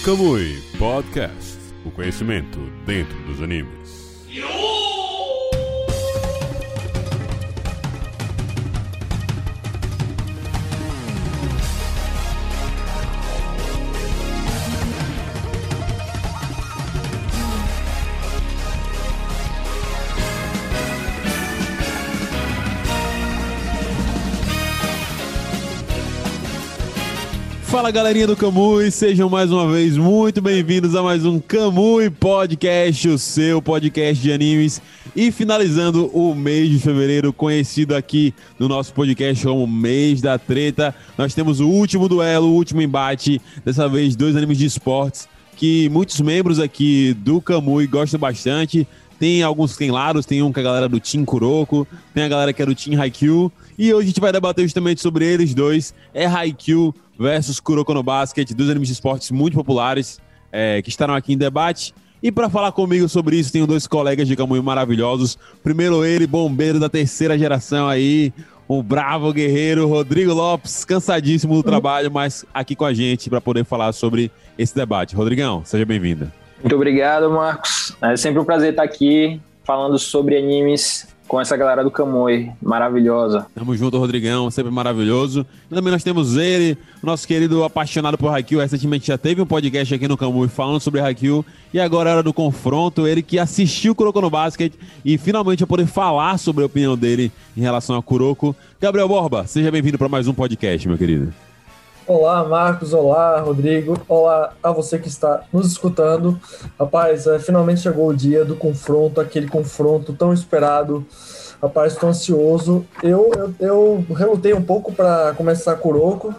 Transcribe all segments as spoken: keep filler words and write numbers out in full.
Kamui Podcast, o conhecimento dentro dos animes. Fala, galerinha do Kamui, sejam mais uma vez muito bem-vindos a mais um Kamui Podcast, o seu podcast de animes. E finalizando o mês de fevereiro, conhecido aqui no nosso podcast como mês da treta, nós temos o último duelo, o último embate, dessa vez dois animes de esportes que muitos membros aqui do Kamui gostam bastante. Tem alguns que tem lados, tem um que é a galera do Team Kuroko, tem a galera que é do Team Haikyuu, e hoje a gente vai debater justamente sobre eles dois. É Haikyuu versus Kuroko no Basket, dois animes de esportes muito populares é, que estarão aqui em debate. E para falar comigo sobre isso, tenho dois colegas de Kamui maravilhosos. Primeiro ele, bombeiro da terceira geração aí, o bravo guerreiro Rodrigo Lopes, cansadíssimo do trabalho, mas aqui com a gente para poder falar sobre esse debate. Rodrigão, seja bem-vindo. Muito obrigado, Marcos. É sempre um prazer estar aqui falando sobre animes com essa galera do Kamui maravilhosa. Tamo junto, Rodrigão, sempre maravilhoso. E também nós temos ele, nosso querido apaixonado por Haikyuu. Recentemente já teve um podcast aqui no Kamui falando sobre Haikyuu. E agora é hora do confronto. Ele que assistiu Kuroko no Basket e finalmente vai poder falar sobre a opinião dele em relação a Kuroko. Gabriel Borba, seja bem-vindo para mais um podcast, meu querido. Olá, Marcos. Olá, Rodrigo. Olá a você que está nos escutando. Rapaz, é, finalmente chegou o dia do confronto, aquele confronto tão esperado. Rapaz, estou ansioso. Eu, eu, eu relutei um pouco para começar Kuroko.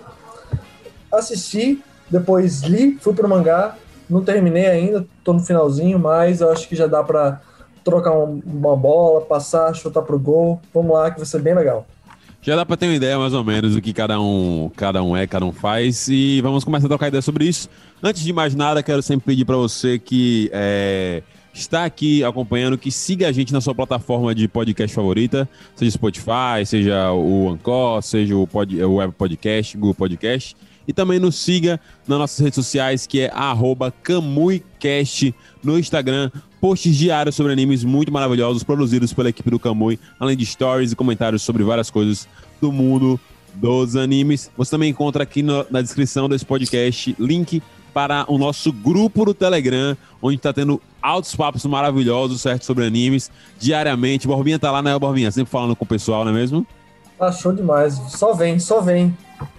Assisti, depois li, fui pro mangá. Não terminei ainda, estou no finalzinho, mas eu acho que já dá para trocar um, uma bola, passar, chutar pro gol. Vamos lá, que vai ser bem legal. Já dá pra ter uma ideia mais ou menos do que cada um, cada um é, cada um faz, e vamos começar a trocar ideia sobre isso. Antes de mais nada, quero sempre pedir pra você que é, está aqui acompanhando, que siga a gente na sua plataforma de podcast favorita, seja Spotify, seja o Anchor, seja o, pod, o Web Podcast, Google Podcast, e também nos siga nas nossas redes sociais, que é arroba KamuiCast no Instagram. Posts diários sobre animes muito maravilhosos, produzidos pela equipe do Kamui, além de stories e comentários sobre várias coisas do mundo dos animes. Você também encontra aqui no, na descrição desse podcast link para o nosso grupo do Telegram, onde está tendo altos papos maravilhosos, certo, sobre animes, diariamente. Borbinha tá lá, né, Borbinha? Sempre falando com o pessoal, não é mesmo? Ah, show demais. Só vem, só vem.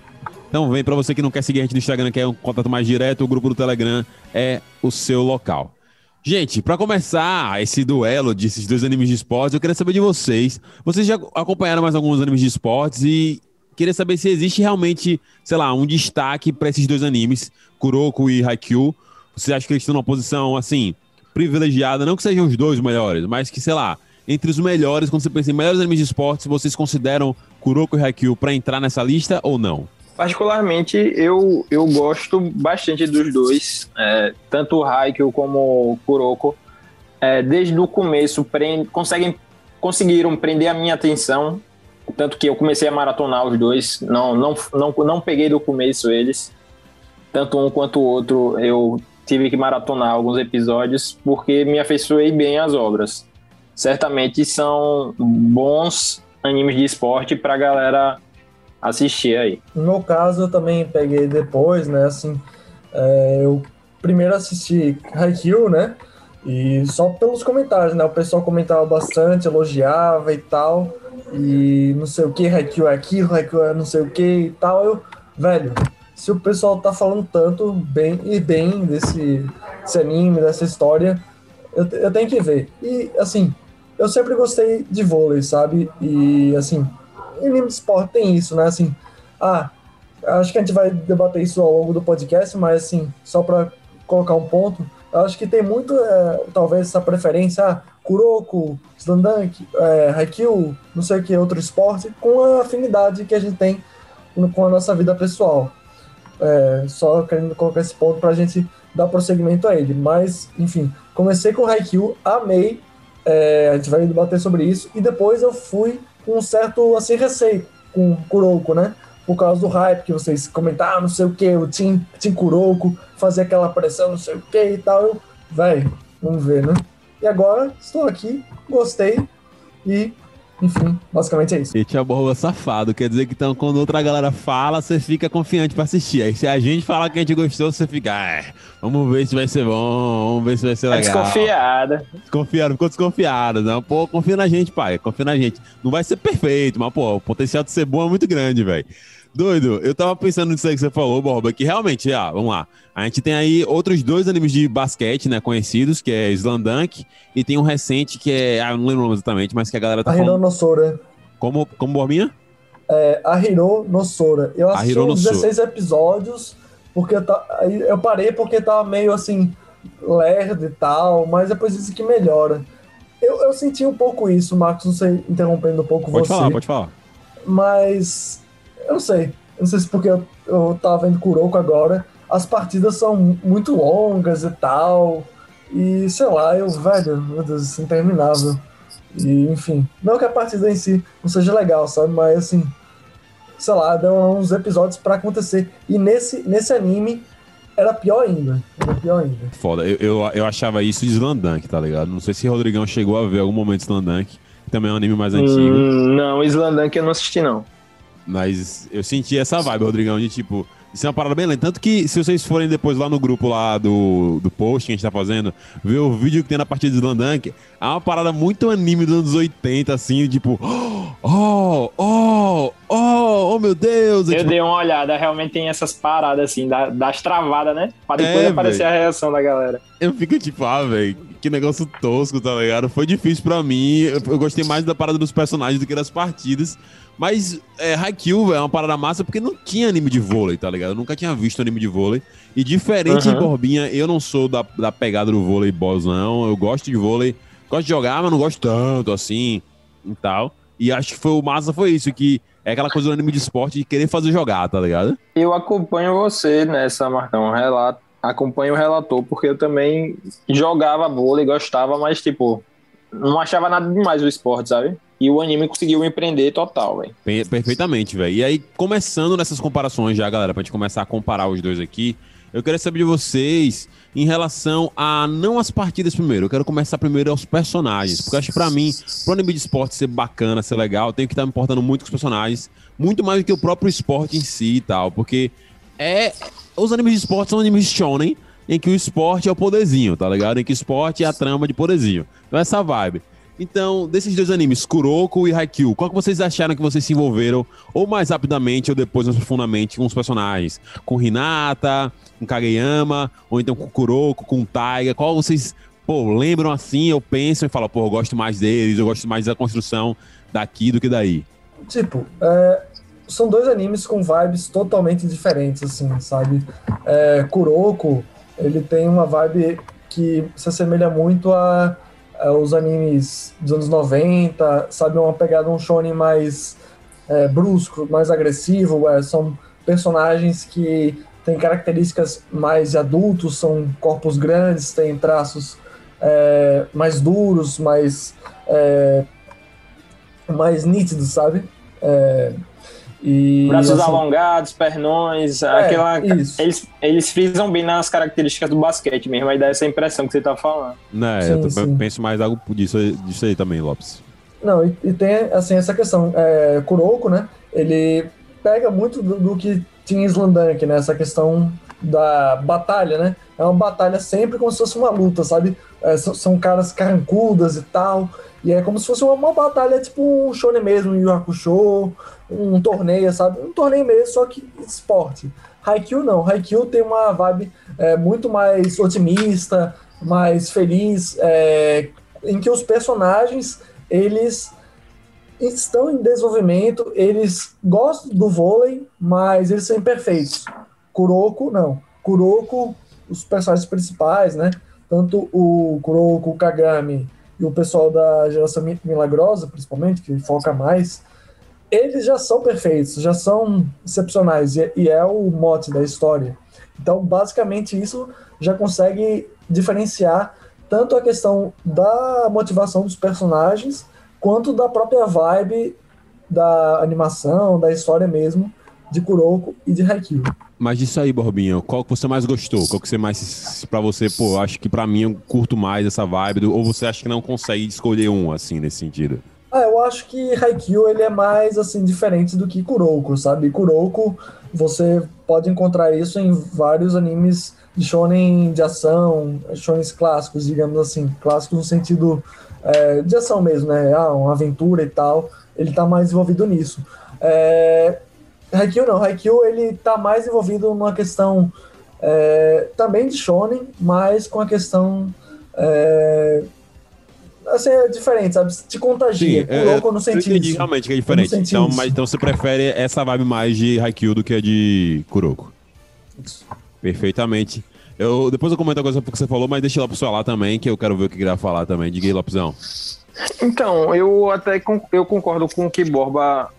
Então vem, para você que não quer seguir a gente no Instagram, quer um contato mais direto, o grupo do Telegram é o seu local. Gente, pra começar esse duelo desses dois animes de esportes, eu queria saber de vocês. Vocês já acompanharam mais alguns animes de esportes e queria saber se existe realmente, sei lá, um destaque pra esses dois animes, Kuroko e Haikyuu. Vocês acham que eles estão numa posição, assim, privilegiada? Não que sejam os dois melhores, mas que, sei lá, entre os melhores, quando você pensa em melhores animes de esportes, vocês consideram Kuroko e Haikyuu pra entrar nessa lista ou não? Particularmente, eu, eu gosto bastante dos dois, é, tanto o Haikyuu como o Kuroko. É, desde o começo, prende, conseguem, conseguiram prender a minha atenção, tanto que eu comecei a maratonar os dois, não, não, não, não peguei do começo eles, tanto um quanto o outro, eu tive que maratonar alguns episódios, porque me afeiçoei bem às obras. Certamente são bons animes de esporte pra galera assistir aí. No meu caso, eu também peguei depois, né, assim, é, eu primeiro assisti Haikyuu, né, e só pelos comentários, né, o pessoal comentava bastante, elogiava e tal, e não sei o que, Haikyuu é aquilo, Haikyuu é não sei o que e tal, eu, velho, se o pessoal tá falando tanto bem e bem desse, desse anime, dessa história, eu, eu tenho que ver. E, assim, eu sempre gostei de vôlei, sabe, e, assim, anime de esporte tem isso, né? Assim, ah, acho que a gente vai debater isso ao longo do podcast, mas assim, só para colocar um ponto, eu acho que tem muito, é, talvez, essa preferência, ah, Kuroko, Slandunk, é, Haikyuu, não sei o que, outro esporte, com a afinidade que a gente tem com a nossa vida pessoal. É, só querendo colocar esse ponto pra gente dar prosseguimento a ele. Mas, enfim, comecei com Haikyuu, amei, é, a gente vai debater sobre isso, e depois eu fui com um certo, assim, receio com Kuroko, né? por causa do hype que vocês comentaram, não sei o que, o Team, team Kuroko fazia aquela pressão, não sei o que e tal. Eu, velho, vamos ver, né? E agora estou aqui, gostei e, enfim, basicamente é isso. E tinha borba safado, quer dizer que então quando outra galera fala, você fica confiante pra assistir. Aí se a gente falar que a gente gostou, você fica, ah, vamos ver se vai ser bom, vamos ver se vai ser É legal. desconfiada. Desconfiado, ficou desconfiado, não? Pô, confia na gente, pai, confia na gente. Não vai ser perfeito, mas, pô, o potencial de ser bom é muito grande, velho. Doido, eu tava pensando nisso aí que você falou, Borba, que realmente, ah, vamos lá. A gente tem aí outros dois animes de basquete, né, conhecidos, que é Slamdunk, e tem um recente que é, ah, eu não lembro o nome exatamente, mas que a galera tá A Hiro falando... no Sora. Como, como Borbinha? É, a Hiro no Sora. Eu assisti Hiro no uns dezesseis episódios, porque eu, ta... aí eu parei porque tava meio assim, lerdo e tal, mas depois disse que melhora. Eu, eu senti um pouco isso, Marcos, não sei, interrompendo um pouco Pode você. falar, pode falar. Mas eu não sei. Eu não sei se porque eu, eu tava vendo Kuroko agora. As partidas são muito longas e tal. E sei lá, eu, velho, meu Deus, isso é interminável. E enfim, não que a partida em si não seja legal, sabe? Mas assim, sei lá, deu uns episódios pra acontecer. E nesse, nesse anime era pior ainda. Era pior ainda. Foda, eu, eu, eu achava isso de Slamdunk, tá ligado? Não sei se o Rodrigão chegou a ver algum momento de Slamdunk, que também é um anime mais antigo. Hum, não, Slamdunk eu não assisti, não. Mas eu senti essa vibe, Rodrigão, de tipo, isso é uma parada bem lenta. Tanto que se vocês forem depois lá no grupo lá do, do post que a gente tá fazendo, ver o vídeo que tem na partida de Slamdunk, é uma parada muito anime dos anos oitenta, assim, tipo, oh, oh, oh, oh meu Deus. É, Eu tipo, dei uma olhada, realmente tem essas paradas assim, da- das travadas, né? Pra depois É, aparecer véi. a reação da galera. eu fico tipo, ah, velho, que negócio tosco, tá ligado? Foi difícil pra mim, eu, eu gostei mais da parada dos personagens do que das partidas. Mas é, Haikyuu, véio, é uma parada massa porque não tinha anime de vôlei, tá ligado? Eu nunca tinha visto anime de vôlei. E diferente Uhum. de Borbinha, eu não sou da, da pegada do vôlei boss, não. Eu gosto de vôlei, gosto de jogar, mas não gosto tanto assim e tal. E acho que foi, o massa foi isso, que é aquela coisa do anime de esporte de querer fazer jogar, tá ligado? Eu acompanho você nessa, Marcão, relato, acompanho o relator, porque eu também jogava vôlei, gostava, mas tipo, não achava nada demais o esporte, sabe? E o anime conseguiu me prender total, velho. Pe- Perfeitamente, velho. E aí, começando nessas comparações já, galera, pra gente começar a comparar os dois aqui, eu queria saber de vocês em relação a não as partidas primeiro. Eu quero começar primeiro aos personagens. Porque eu acho que pra mim, pro anime de esporte ser bacana, ser legal, eu tenho que estar me importando muito com os personagens, muito mais do que o próprio esporte em si e tal. Porque é. Os animes de esporte são animes shonen, em que o esporte é o poderzinho, tá ligado? Em que o esporte é a trama de poderzinho. Então, essa vibe. Então, desses dois animes, Kuroko e Haikyuu, qual que vocês acharam que vocês se envolveram, ou mais rapidamente, ou depois mais profundamente, com os personagens? Com Hinata, com Kageyama, ou então com Kuroko, com Taiga? Qual vocês, pô, lembram assim, eu penso e falo, pô, eu gosto mais deles, eu gosto mais da construção daqui do que daí? Tipo, é, são dois animes com vibes totalmente diferentes, assim, sabe? É, Kuroko, ele tem uma vibe que se assemelha muito a, a os animes dos anos noventa, sabe? Uma pegada, um shonen mais é, brusco, mais agressivo, é, são personagens que têm características mais de adultos, são corpos grandes, têm traços é, mais duros, mais... É, mais nítidos, sabe? É, e, Braços assim, alongados, pernões, É, aquela. isso. Eles, eles frisam bem nas características do basquete mesmo, aí dá essa impressão que você tá falando. Né, Sim, eu tô- sim. penso mais algo disso, aí- disso aí também, Lopes. Não, e, e tem assim essa questão. É, Kuroko, né? Ele pega muito do, do que tinha em Slamdunk, né? Essa questão da batalha, né? É uma batalha sempre como se fosse uma luta, sabe? É, são, são caras carrancudas e tal. E é como se fosse uma, uma batalha, tipo um shonen mesmo, um Yu Hakusho, um torneio, sabe? Um torneio mesmo, só que esporte. Haikyuu não. Haikyuu tem uma vibe é, muito mais otimista, mais feliz, é, em que os personagens, eles estão em desenvolvimento, eles gostam do vôlei, mas eles são imperfeitos. Kuroko, não. Kuroko, os personagens principais, né? Tanto o Kuroko, o Kagami e o pessoal da Geração Mi- Milagrosa, principalmente, que foca mais, eles já são perfeitos, já são excepcionais, e, e é o mote da história. Então, basicamente, isso já consegue diferenciar tanto a questão da motivação dos personagens, quanto da própria vibe da animação, da história mesmo, de Kuroko e de Haikyuu. Mas disso aí, Borbinha, qual que você mais gostou? Qual que você mais, pra você, pô, acho que pra mim eu curto mais essa vibe, do, ou você acha que não consegue escolher um, assim, nesse sentido? Ah, eu acho que Haikyuu, ele é mais, assim, diferente do que Kuroko, sabe? Kuroko, você pode encontrar isso em vários animes de shonen de ação, shonens clássicos, digamos assim, clássicos no sentido é, de ação mesmo, né? Ah, uma aventura e tal, ele tá mais envolvido nisso. É... Haikyuu não, Haikyuu ele tá mais envolvido numa questão é, também de shonen, mas com a questão é, assim, é diferente, sabe? Te contagia. Sim, Kuroko eu, não eu senti entendi isso. realmente que é diferente. Então, mas, então você prefere essa vibe mais de Haikyuu do que a de Kuroko? Isso. Perfeitamente. Eu, depois eu comento a coisa que você falou, mas deixa lá pro falar também, que eu quero ver o que ele vai falar também. Diga aí, Lopezão. Então, eu até con- eu concordo com o que Borba,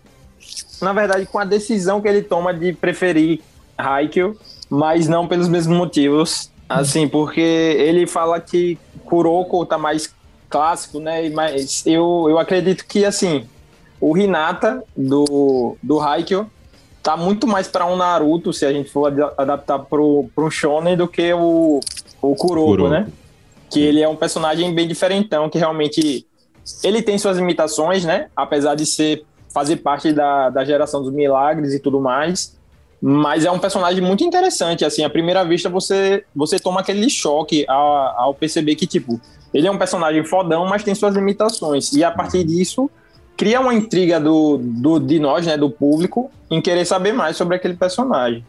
na verdade, com a decisão que ele toma de preferir Haikyuu, mas não pelos mesmos motivos. Assim, porque ele fala que Kuroko tá mais clássico, né? Mas eu, eu acredito que, assim, o Hinata do, do Haikyuu tá muito mais para um Naruto, se a gente for ad- adaptar pro, pro Shonen, do que o, o Kuroko, Kuroko. né? Que ele é um personagem bem diferentão, que realmente ele tem suas limitações, né? Apesar de ser fazer parte da, da geração dos milagres e tudo mais, mas é um personagem muito interessante, assim, à primeira vista você, você toma aquele choque ao, ao perceber que, tipo, ele é um personagem fodão, mas tem suas limitações, e a partir disso cria uma intriga do, do, de nós, né, do público, em querer saber mais sobre aquele personagem.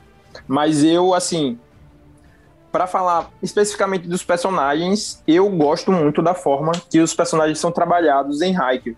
Mas eu, assim, para falar especificamente dos personagens, eu gosto muito da forma que os personagens são trabalhados em Haikyuu.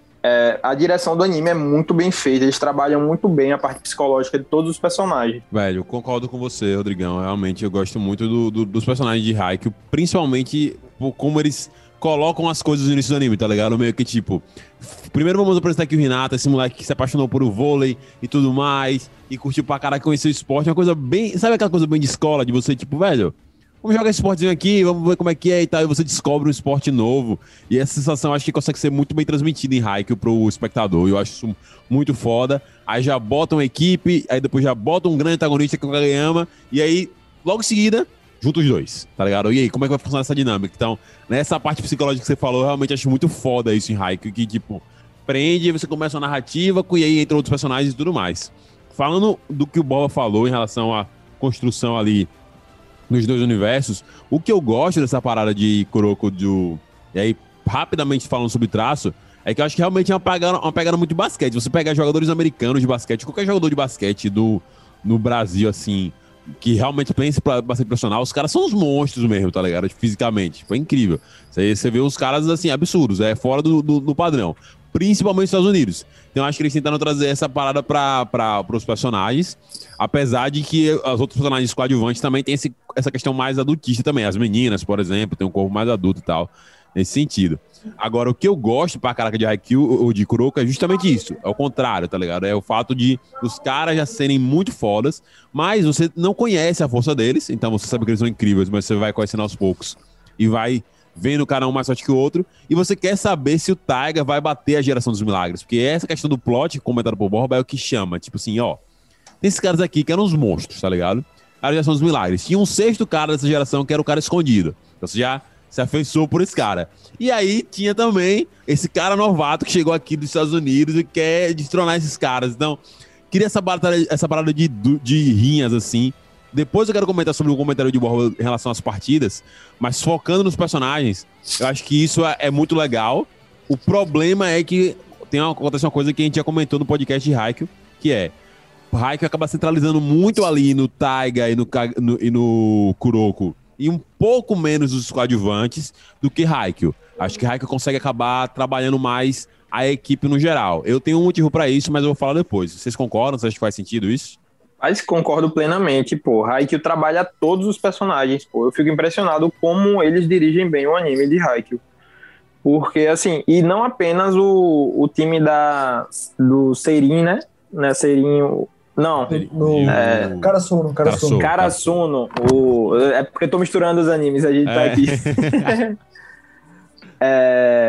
É, a direção do anime é muito bem feita, eles trabalham muito bem a parte psicológica de todos os personagens. Velho, eu concordo com você, Rodrigão. Realmente eu gosto muito do, do- dos personagens de Haikyuu, principalmente por como eles colocam as coisas no início do anime, tá ligado? Meio que tipo, primeiro vamos apresentar aqui o Hinata, esse moleque que se apaixonou por o vôlei e tudo mais, e curtiu pra caralho conhecer o esporte, uma coisa bem, sabe aquela coisa bem de escola, de você tipo, velho, vamos jogar esse esportezinho aqui, vamos ver como é que é e tal, e você descobre um esporte novo, e essa sensação acho que consegue ser muito bem transmitida em Haikyuu pro espectador, e eu acho isso muito foda. Aí já botam uma equipe, aí depois já botam um grande antagonista que é o Kageyama, e aí, logo em seguida, junta os dois, tá ligado? E aí, como é que vai funcionar essa dinâmica? Então, nessa parte psicológica que você falou, eu realmente acho muito foda isso em Haikyuu, que tipo, prende, você começa uma narrativa, e aí entra outros personagens e tudo mais. Falando do que o Boba falou em relação à construção ali nos dois universos, o que eu gosto dessa parada de Kuroko do... E aí, rapidamente falando sobre traço, é que eu acho que realmente é uma pegada, uma pegada muito de basquete. Você pegar jogadores americanos de basquete, qualquer jogador de basquete do, no Brasil, assim, que realmente pensa pra basquete profissional, os caras são uns monstros mesmo, tá ligado? Fisicamente. Foi incrível. Você, você vê os caras, assim, absurdos, é fora do, do, do padrão. Principalmente nos Estados Unidos. Então, eu acho que eles tentaram trazer essa parada para os personagens, apesar de que os outros personagens coadjuvantes também têm esse, essa questão mais adultista também. As meninas, por exemplo, têm um corpo mais adulto e tal, nesse sentido. Agora, o que eu gosto pra caraca de Haikyuu ou de Kuroko é justamente isso. É o contrário, tá ligado? É o fato de os caras já serem muito fodas, mas você não conhece a força deles, então você sabe que eles são incríveis, mas você vai conhecendo aos poucos e vai vendo cada um mais forte que o outro, e você quer saber se o Taiga vai bater a geração dos milagres, porque essa questão do plot, comentado por Borba, é o que chama, tipo assim, ó, tem esses caras aqui que eram os monstros, tá ligado? A geração dos milagres. Tinha um sexto cara dessa geração que era o cara escondido, então você já se afeiçoou por esse cara. E aí tinha também esse cara novato que chegou aqui dos Estados Unidos e quer destronar esses caras, então queria essa parada, essa parada de, de rinhas, assim. Depois eu quero comentar sobre o comentário de Borba em relação às partidas, mas focando nos personagens, eu acho que isso é, é muito legal. O problema é que tem uma, acontece uma coisa que a gente já comentou no podcast de Haikyuu, que é o Haikyuu acaba centralizando muito ali no Taiga e no, no, e no Kuroko, e um pouco menos os coadjuvantes do que Haikyuu. Acho que Haikyuu consegue acabar trabalhando mais a equipe no geral. Eu tenho um motivo pra isso, mas eu vou falar depois. Vocês concordam? Vocês acham que faz sentido isso? Mas concordo plenamente, pô. Haikyuu trabalha todos os personagens, pô. Eu fico impressionado como eles dirigem bem o anime de Haikyuu. Porque, assim, e não apenas o, o time da, do Seirin, né? né? Seirin, não. No, é, Karasuno, Karasuno. Karasuno. O, é porque eu tô misturando os animes, a gente tá é. aqui. é,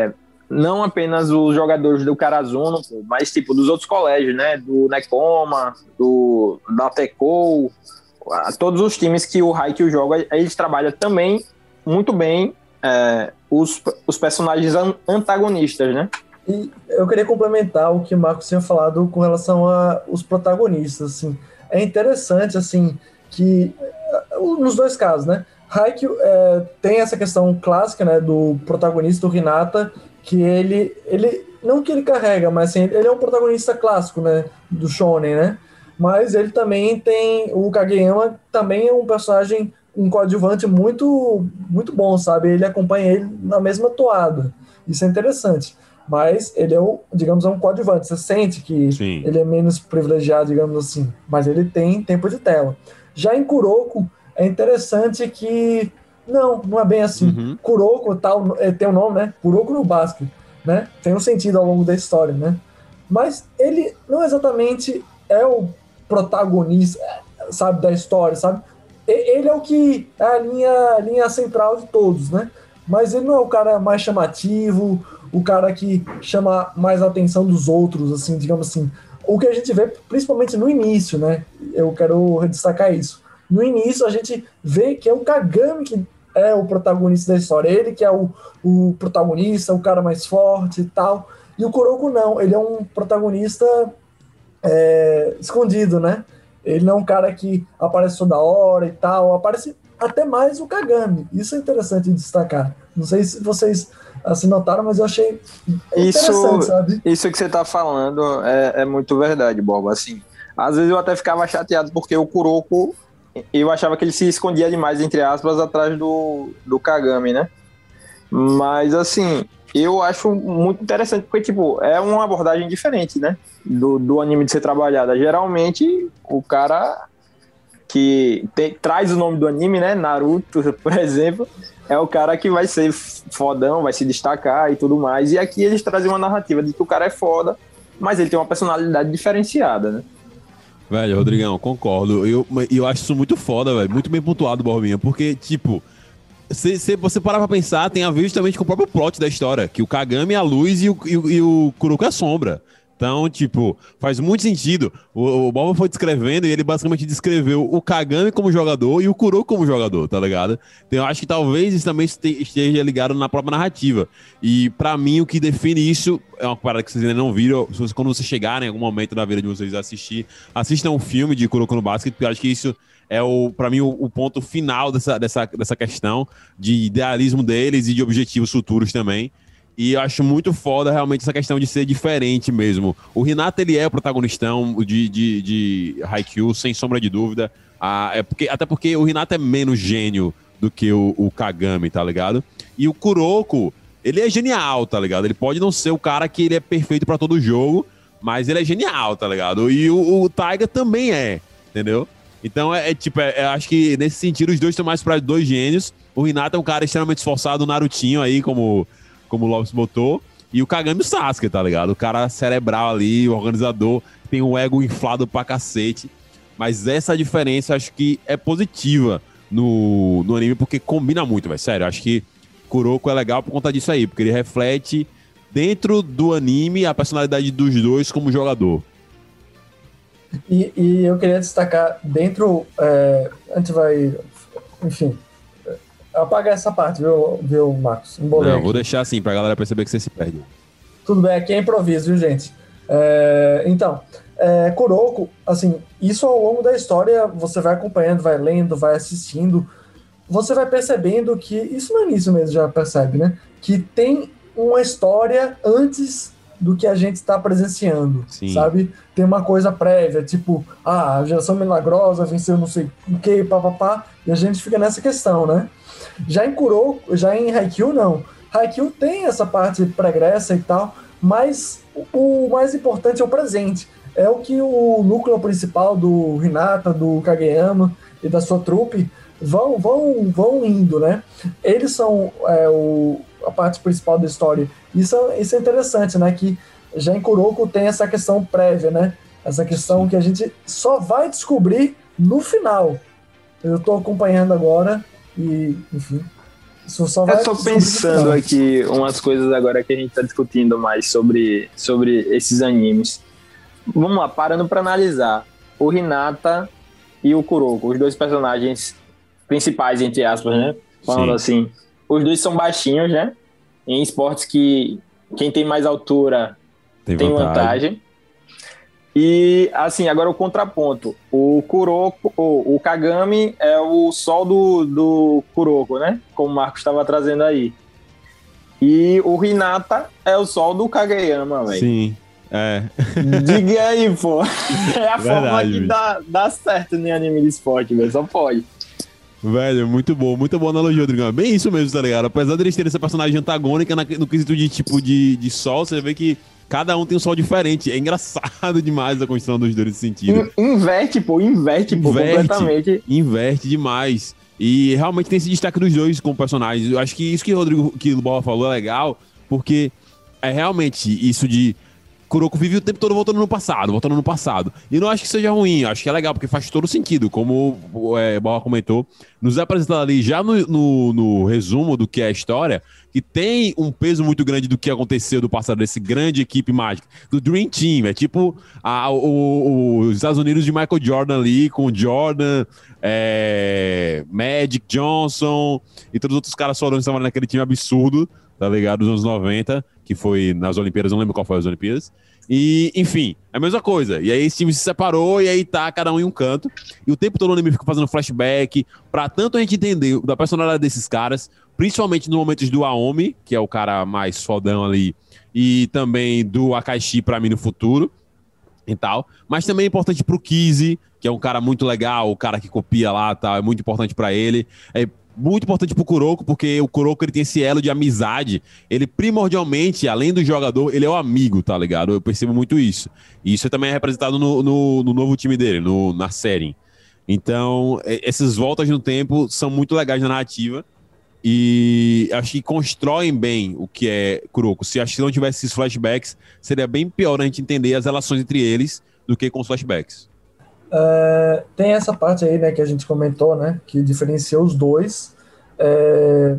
não apenas os jogadores do Karasuno, mas tipo dos outros colégios, né? Do Nekoma, do da Tekou, todos os times que o Haikyuu joga, eles trabalham também muito bem é, os, os personagens antagonistas, né? E eu queria complementar o que o Marcos tinha falado com relação aos protagonistas, assim. É interessante, assim, que nos dois casos, né? Haikyuu é, tem essa questão clássica, né, do protagonista, do Hinata, que ele, ele, não que ele carrega, mas assim, ele é um protagonista clássico, né, do shonen, né? Mas ele também tem, o Kageyama também é um personagem, um coadjuvante muito, muito bom, sabe? Ele acompanha ele na mesma toada. Isso é interessante. Mas ele é, o, digamos, é um coadjuvante. Você sente que Sim. ele é menos privilegiado, digamos assim. Mas ele tem tempo de tela. Já em Kuroko, é interessante que... Não, não é bem assim. Uhum. Kuroko tal, tem o um nome, né? Kuroko no basket, né? Tem um sentido ao longo da história, né? Mas ele não exatamente é o protagonista, sabe, da história, sabe? Ele é o que é a linha, a linha central de todos, né? Mas ele não é o cara mais chamativo, o cara que chama mais a atenção dos outros, assim, digamos assim. O que a gente vê, principalmente no início, né? Eu quero destacar isso. No início, a gente vê que é o Kagami que é o protagonista da história. Ele que é o, o protagonista, o cara mais forte e tal. E o Kuroko não, ele é um protagonista é, escondido, né? Ele não é um cara que aparece toda hora e tal. Aparece até mais o Kagami. Isso é interessante de destacar. Não sei se vocês assim notaram, mas eu achei interessante, isso, sabe? Isso que você tá falando é, é muito verdade, Bob. Assim, às vezes eu até ficava chateado porque o Kuroko, eu achava que ele se escondia demais, entre aspas, atrás do, do Kagami, né? Mas, assim, eu acho muito interessante porque, tipo, é uma abordagem diferente, né? Do, do anime de ser trabalhada. Geralmente, o cara que te, traz o nome do anime, né? Naruto, por exemplo, é o cara que vai ser fodão, vai se destacar e tudo mais. E aqui eles trazem uma narrativa de que o cara é foda, mas ele tem uma personalidade diferenciada, né? Velho, Rodrigão, concordo. Eu, eu acho isso muito foda, velho. Muito bem pontuado, Borbinha. Porque, tipo, se, se você parar pra pensar, tem a ver justamente com o próprio plot da história. Que o Kagami é a luz e o, e, e o Kuroko é a sombra. Então, tipo, faz muito sentido. O, o Boba foi descrevendo e ele basicamente descreveu o Kagami como jogador e o Kuroko como jogador, tá ligado? Então eu acho que talvez isso também esteja ligado na própria narrativa. E pra mim o que define isso é uma parada que vocês ainda não viram. Quando você chegarem em algum momento da vida de vocês assistir, assistam um filme de Kuroko no Basket, porque eu acho que isso é, o, pra mim, o, o ponto final dessa, dessa, dessa questão de idealismo deles e de objetivos futuros também. E eu acho muito foda realmente essa questão de ser diferente mesmo. O Hinata, ele é o protagonistão de, de, de Haikyuu, sem sombra de dúvida. Ah, é porque, até porque o Hinata é menos gênio do que o, o Kagami, tá ligado? E o Kuroko, ele é genial, tá ligado? Ele pode não ser o cara que ele é perfeito pra todo jogo, mas ele é genial, tá ligado? E o, o Taiga também é, entendeu? Então, é, é tipo, é, é, acho que nesse sentido, os dois estão mais pra dois gênios. O Hinata é um cara extremamente esforçado, o Narutinho aí, como... como o Lopes botou, e o Kagami o Sasuke, tá ligado? O cara cerebral ali, o organizador, tem um ego inflado pra cacete, mas essa diferença acho que é positiva no, no anime, porque combina muito, velho, sério, acho que Kuroko é legal por conta disso aí, porque ele reflete dentro do anime a personalidade dos dois como jogador. E, e eu queria destacar dentro, é, a gente vai, enfim... Apaga essa parte, viu, viu Marcos? Não, aqui. Vou deixar assim, pra galera perceber que você se perde. Tudo bem, aqui é improviso, viu, gente? É, então, é, Kuroko, assim, isso ao longo da história, você vai acompanhando, vai lendo, vai assistindo, você vai percebendo que, isso no início mesmo já percebe, né? Que tem uma história antes do que a gente está presenciando, Sim. sabe? Tem uma coisa prévia, tipo, ah, a geração milagrosa venceu não sei o que, papapá, e a gente fica nessa questão, né? Já em Kuroko, já em Haikyuu, não. Haikyuu tem essa parte pregressa e tal, mas o, o mais importante é o presente. É o que o núcleo principal do Hinata, do Kageyama e da sua trupe vão, vão, vão indo, né? Eles são é, o, a parte principal da história. Isso, isso é interessante, né? Que já em Kuroko tem essa questão prévia, né? Essa questão que a gente só vai descobrir no final. Eu tô acompanhando agora e, enfim... Isso só vai Eu tô pensando aqui umas coisas agora que a gente tá discutindo mais sobre, sobre esses animes. Vamos lá, parando pra analisar. O Hinata e o Kuroko, os dois personagens principais, entre aspas, né? Falando Sim. assim. Os dois são baixinhos, né? Em esportes que quem tem mais altura Tem tem vantagem. vantagem. E, assim, agora o contraponto. O Kuroko, o, o Kagami é o sol do, do Kuroko, né? Como o Marcos estava trazendo aí. E o Hinata é o sol do Kageyama, velho. Sim, é. Diga aí, pô. É a Verdade, forma que bicho. dá, dá certo em anime de esporte, velho. Só pode. Velho, muito bom, muito boa analogia, Rodrigão. É bem isso mesmo, tá ligado? Apesar deles terem essa personagem antagônica na- no quesito de tipo de, de sol, você vê que cada um tem um sol diferente. É engraçado demais a construção dos dois nesse sentido. In- inverte, pô. Inverte, pô. Completamente. inverte demais. E realmente tem esse destaque dos dois como personagens. Eu acho que isso que o Rodrigo, que o Bola falou é legal, porque é realmente isso de Kuroko vive o tempo todo voltando no passado, voltando no passado. E não acho que seja ruim, eu acho que é legal, porque faz todo sentido. Como o é, Bola comentou, nos apresentando ali já no, no, no resumo do que é a história, que tem um peso muito grande do que aconteceu do passado, desse grande equipe mágica, do Dream Team. É tipo a, o, o- os Estados Unidos de Michael Jordan ali, com Jordan, é, Magic Johnson e todos os outros caras foram que estavam naquele time absurdo, tá ligado? Dos anos noventa, que foi nas Olimpíadas, não lembro qual foi as Olimpíadas. E, enfim, é a mesma coisa. E aí esse time se separou e aí tá cada um em um canto. E o tempo todo o anime fica fazendo flashback pra tanto a gente entender da personalidade desses caras, principalmente nos momentos do Aomi, que é o cara mais fodão ali, e também do Akaishi pra mim no futuro e tal. Mas também é importante pro Kizzy, que é um cara muito legal, o cara que copia lá, tá? É muito importante pra ele. É muito importante pro Kuroko, porque o Kuroko ele tem esse elo de amizade. Ele primordialmente, além do jogador, ele é o amigo, tá ligado? Eu percebo muito isso. E isso também é representado no, no, no novo time dele, no, na série. Então, é- essas voltas no tempo são muito legais na narrativa. E acho que constroem bem o que é Kuroko. Se acho que não tivesse esses flashbacks, seria bem pior a gente entender as relações entre eles do que com os flashbacks. É, tem essa parte aí, né, que a gente comentou, né, que diferencia os dois. É,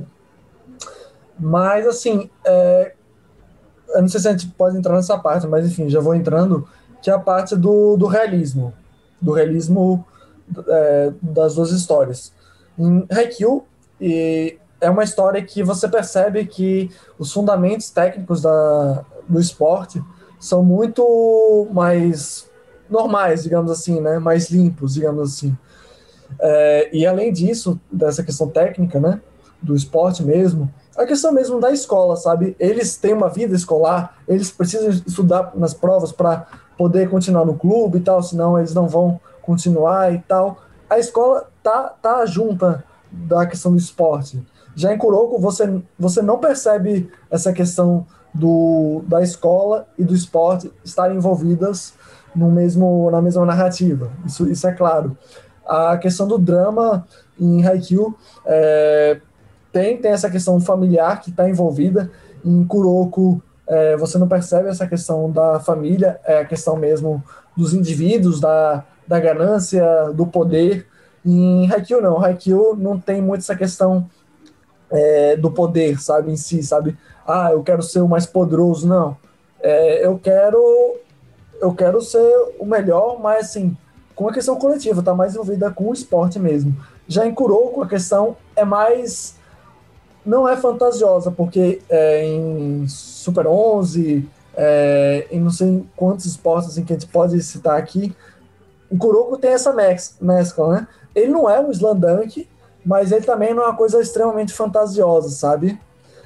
mas, assim, é, eu não sei se a gente pode entrar nessa parte, mas, enfim, já vou entrando, que é a parte do, do realismo. Do realismo é, das duas histórias. Em Haikyuu, e é uma história que você percebe que os fundamentos técnicos da, do esporte são muito mais normais, digamos assim, né? Mais limpos, digamos assim. É, e além disso, dessa questão técnica, né? Do esporte mesmo, a questão mesmo da escola, sabe? Eles têm uma vida escolar, eles precisam estudar nas provas para poder continuar no clube e tal, senão eles não vão continuar e tal. A escola tá, tá junta da questão do esporte. Já em Kuroko, você, você não percebe essa questão do, da escola e do esporte estarem envolvidas no mesmo, na mesma narrativa. Isso, isso é claro. A questão do drama em Haikyuu é, tem, tem essa questão familiar que está envolvida. Em Kuroko, é, você não percebe essa questão da família, é a questão mesmo dos indivíduos, da, da ganância, do poder. Em Haikyuu não, Haikyuu não tem muito essa questão é, do poder, sabe, em si, sabe? Ah, eu quero ser o mais poderoso, não. É, eu quero eu quero ser o melhor, mas assim, com a questão coletiva, tá mais envolvida com o esporte mesmo. Já em Kuroko, a questão é mais, não é fantasiosa, porque é, em Super onze, é, em não sei quantos esportes assim, que a gente pode citar aqui, o Kuroko tem essa mex- mescla, né? Ele não é um slam dunk, mas ele também não é uma coisa extremamente fantasiosa, sabe?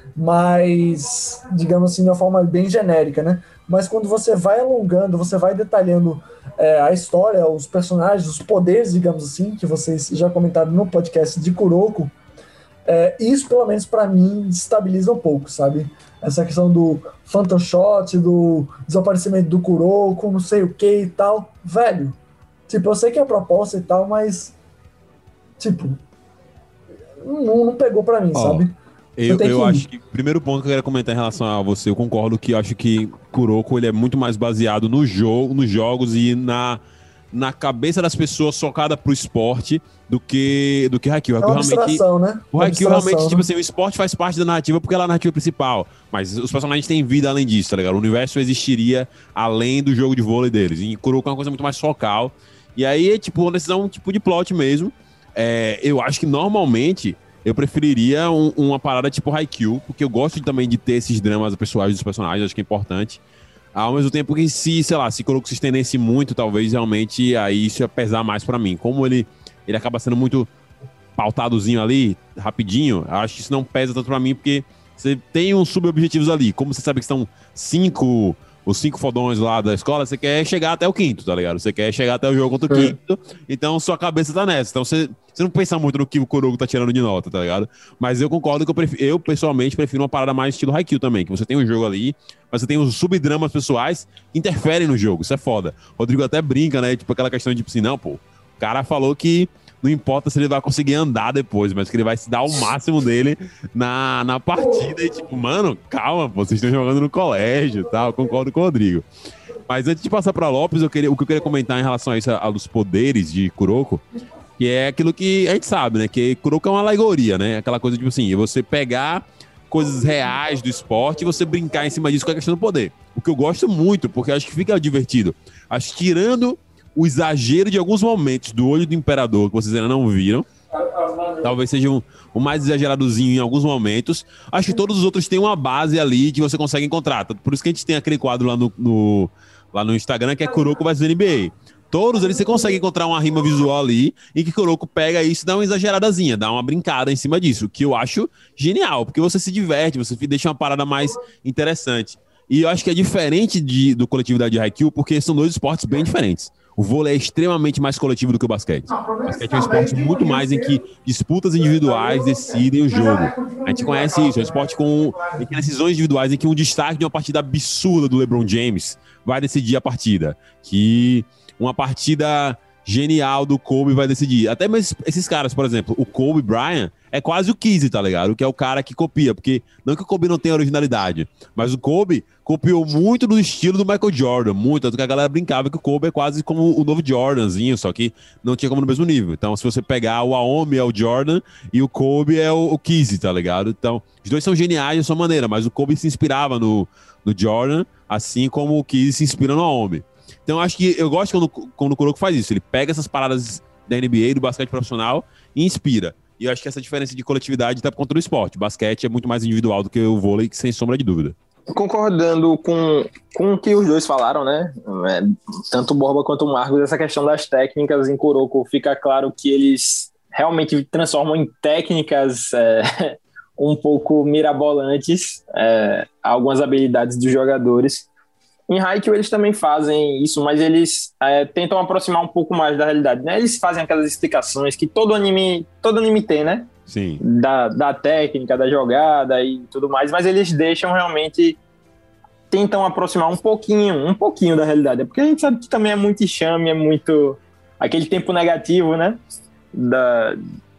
Mas, digamos assim, de uma forma bem genérica, né? Mas quando você vai alongando, você vai detalhando é, a história, os personagens, os poderes, digamos assim, que vocês já comentaram no podcast de Kuroko, é, isso, pelo menos para mim, destabiliza um pouco, sabe? Essa questão do Phantom Shot, do desaparecimento do Kuroko, não sei o que e tal. Velho, tipo, eu sei que é a proposta e tal, mas, tipo, não, não pegou para mim, Ó, sabe? Eu, tenho eu que ir. acho que o primeiro ponto que eu quero comentar em relação a você, eu concordo que eu acho que Kuroko ele é muito mais baseado no jogo, nos jogos e na na cabeça das pessoas socada pro esporte do que do que Haikyuu. É uma abstração, né? O Haikyuu realmente, né? Tipo assim, o esporte faz parte da narrativa porque ela é a narrativa principal. Mas os personagens têm vida além disso, tá ligado? O universo existiria além do jogo de vôlei deles. E Kuroko é uma coisa muito mais focal. E aí é tipo uma decisão tipo de plot mesmo. É, eu acho que normalmente eu preferiria um, uma parada tipo Haikyuu, porque eu gosto de, também de ter esses dramas pessoais dos personagens, acho que é importante. Ao mesmo tempo que se, sei lá, se Kuroko se estendesse muito, talvez realmente aí isso ia pesar mais pra mim. Como ele, ele acaba sendo muito pautadozinho ali, rapidinho, acho que isso não pesa tanto pra mim, porque você tem uns subobjetivos ali. Como você sabe que são cinco, os cinco fodões lá da escola, você quer chegar até o quinto, tá ligado? Você quer chegar até o jogo contra o quinto, então sua cabeça tá nessa. Então você, você não pensa muito no que o Kuroko tá tirando de nota, tá ligado? Mas eu concordo que eu, prefiro, eu pessoalmente prefiro uma parada mais estilo Haikyuu também, que você tem um jogo ali, mas você tem os subdramas pessoais que interferem no jogo, isso é foda. O Rodrigo até brinca, né? Tipo aquela questão de tipo assim, não, pô, o cara falou que não importa se ele vai conseguir andar depois, mas que ele vai se dar o máximo dele na, na partida. E tipo, mano, calma, pô, vocês estão jogando no colégio e tal. Concordo com o Rodrigo. Mas antes de passar pra Lopes, eu queria, o que eu queria comentar em relação a isso, a, a dos poderes de Kuroko, que é aquilo que a gente sabe, né? Que Kuroko é uma alegoria, né? Aquela coisa, tipo assim, você pegar coisas reais do esporte e você brincar em cima disso com a questão do poder. O que eu gosto muito, porque eu acho que fica divertido. Acho que tirando o exagero de alguns momentos do Olho do Imperador, que vocês ainda não viram, talvez seja um, um mais exageradozinho em alguns momentos, acho que todos os outros têm uma base ali que você consegue encontrar. Por isso que a gente tem aquele quadro lá no, no, lá no Instagram, que é Kuroko versus N B A. Todos eles você consegue encontrar uma rima visual ali em que Kuroko pega isso e dá uma exageradazinha, dá uma brincada em cima disso, que eu acho genial, porque você se diverte, você deixa uma parada mais interessante. E eu acho que é diferente de, do coletividade de Haikyuu, porque são dois esportes bem diferentes. O vôlei é extremamente mais coletivo do que o basquete. O basquete é um esporte muito mais em que disputas individuais decidem o jogo. A gente conhece isso, é um esporte com em que decisões individuais, em que um destaque de uma partida absurda do LeBron James vai decidir a partida. Que uma partida genial do Kobe vai decidir. Até mesmo esses caras, por exemplo, o Kobe Bryant é quase o Kizzy, tá ligado? Que é o cara que copia, porque não que o Kobe não tenha originalidade, mas o Kobe copiou muito do estilo do Michael Jordan, muito, tanto que a galera brincava que o Kobe é quase como o novo Jordanzinho, só que não tinha como no mesmo nível. Então, se você pegar o Aomi é o Jordan e o Kobe é o, o Kizzy, tá ligado? Então, os dois são geniais de sua maneira, mas o Kobe se inspirava no, no Jordan, assim como o Kizzy se inspira no Aomi. Então, acho que eu gosto quando, quando o Kuroko faz isso. Ele pega essas paradas da N B A, do basquete profissional, e inspira. E eu acho que essa diferença de coletividade tá contra o esporte. O basquete é muito mais individual do que o vôlei, sem sombra de dúvida. Concordando com, com o que os dois falaram, né? É, tanto o Borba quanto o Marcos, essa questão das técnicas em Kuroko, fica claro que eles realmente transformam em técnicas é, um pouco mirabolantes é, algumas habilidades dos jogadores. Em Haikyuu eles também fazem isso, mas eles é, tentam aproximar um pouco mais da realidade, né? Eles fazem aquelas explicações que todo anime, todo anime tem, né? Sim. Da, da técnica, da jogada e tudo mais, mas eles deixam realmente, tentam aproximar um pouquinho, um pouquinho da realidade, porque a gente sabe que também é muito enxame, é muito aquele tempo negativo, né? Da...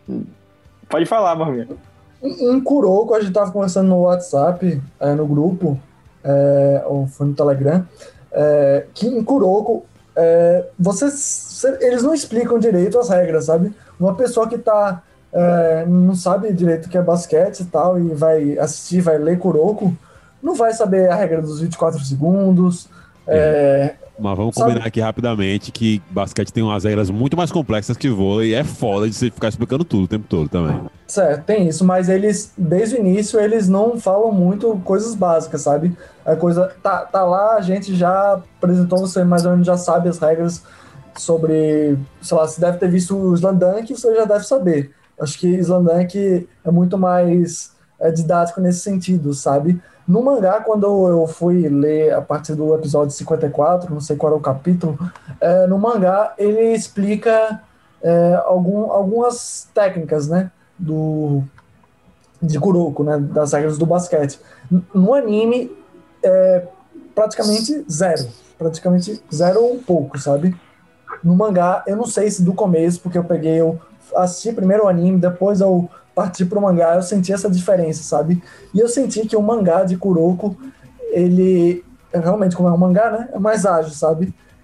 Pode falar, Barbinha. Em Kuroko, a gente tava conversando no WhatsApp, é, no grupo, é, ou foi no Telegram, é, que em Kuroko, é, vocês, eles não explicam direito as regras, sabe? Uma pessoa que tá, é, não sabe direito o que é basquete e tal, e vai assistir, vai ler Kuroko, não vai saber a regra dos vinte e quatro segundos. É, Mas vamos sabe? combinar aqui rapidamente que basquete tem umas regras muito mais complexas que vôlei e é foda de você ficar explicando tudo o tempo todo também. Certo, tem isso, mas eles, desde o início, eles não falam muito coisas básicas, sabe? A coisa tá, tá lá, a gente já apresentou, você mais ou menos já sabe as regras sobre, sei lá, se deve ter visto o Slamdunk, você já deve saber. Acho que Slamdunk é muito mais é, didático nesse sentido, sabe? No mangá, quando eu fui ler a partir do episódio cinquenta e quatro, não sei qual é o capítulo, é, no mangá ele explica é, algum, algumas técnicas, né? Do, de Kuroko, né, das regras do basquete. No anime, é praticamente zero. Praticamente zero ou um pouco, sabe? No mangá, eu não sei se do começo, porque eu peguei, eu assisti primeiro o anime, depois eu parti pro mangá, eu senti essa diferença, sabe? E eu senti que o mangá de Kuroko, ele, realmente, como é um mangá, né, é mais ágil, sabe?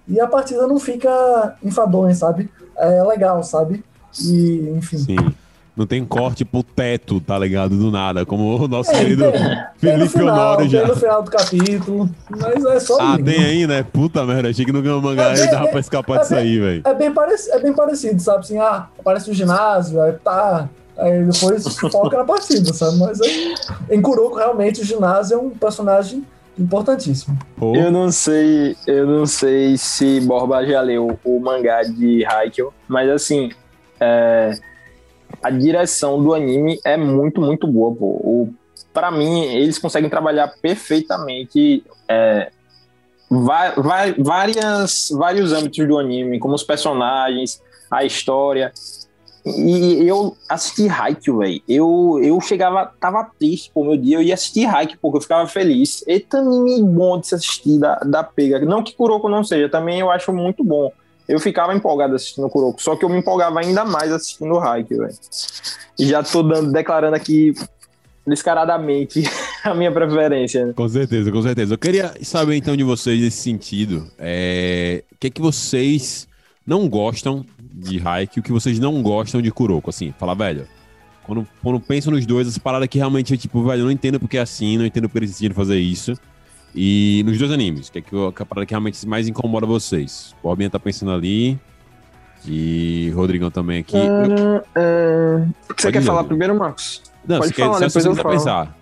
e a partida não fica enfadonha, sabe? É legal, sabe? E, enfim. Sim. Não tem corte pro teto, tá ligado? Do nada, como o nosso É, querido tem, tem no Felipe final, Honório já. tem no final do capítulo, mas é só Ah, lindo. tem aí, né? Puta merda, achei que no Gama Mangá É bem- dava é pra escapar é disso bem- aí, velho. É bem, parec é bem parecido, sabe? Assim, ah, aparece o ginásio, aí tá. Aí depois foca na partida, sabe? Mas aí, em Kuroko, realmente, o ginásio é um personagem importantíssimo. Pô, Eu não sei, eu não sei se Borba já leu o mangá de Haikyuu, mas assim, é, a direção do anime é muito, muito boa, pô. O, pra mim, eles conseguem trabalhar perfeitamente é, va- va- várias, vários âmbitos do anime, como os personagens, a história. E eu assisti Haikyuu, velho. Eu, eu chegava, tava triste por meu dia, eu ia assistir Haikyuu porque eu ficava feliz. Eita anime bom de se assistir da, da pega. Não que Kuroko não seja, também eu acho muito bom. Eu ficava empolgado assistindo Kuroko, só que eu me empolgava ainda mais assistindo Haikyuu, velho. E já tô dando, declarando aqui descaradamente a minha preferência, né? com certeza, com certeza. Eu queria saber então de vocês nesse sentido. É... O que é que vocês não gostam de Haikyuu, o que vocês não gostam de Kuroko? Assim, falar, velho, quando, quando penso nos dois, essa parada que realmente é tipo, velho, eu não entendo porque é assim, não entendo porque eles decidiram fazer isso. E nos dois animes, que é que, que é a parada que realmente mais incomoda vocês? O Borbinha tá pensando ali. E Rodrigão também aqui. Eu- Hum, é, Você Pode quer ir, falar Rodrigo. primeiro, Marcos? Não, Pode se quer, falar, só depois se você eu quiser falo. pensar.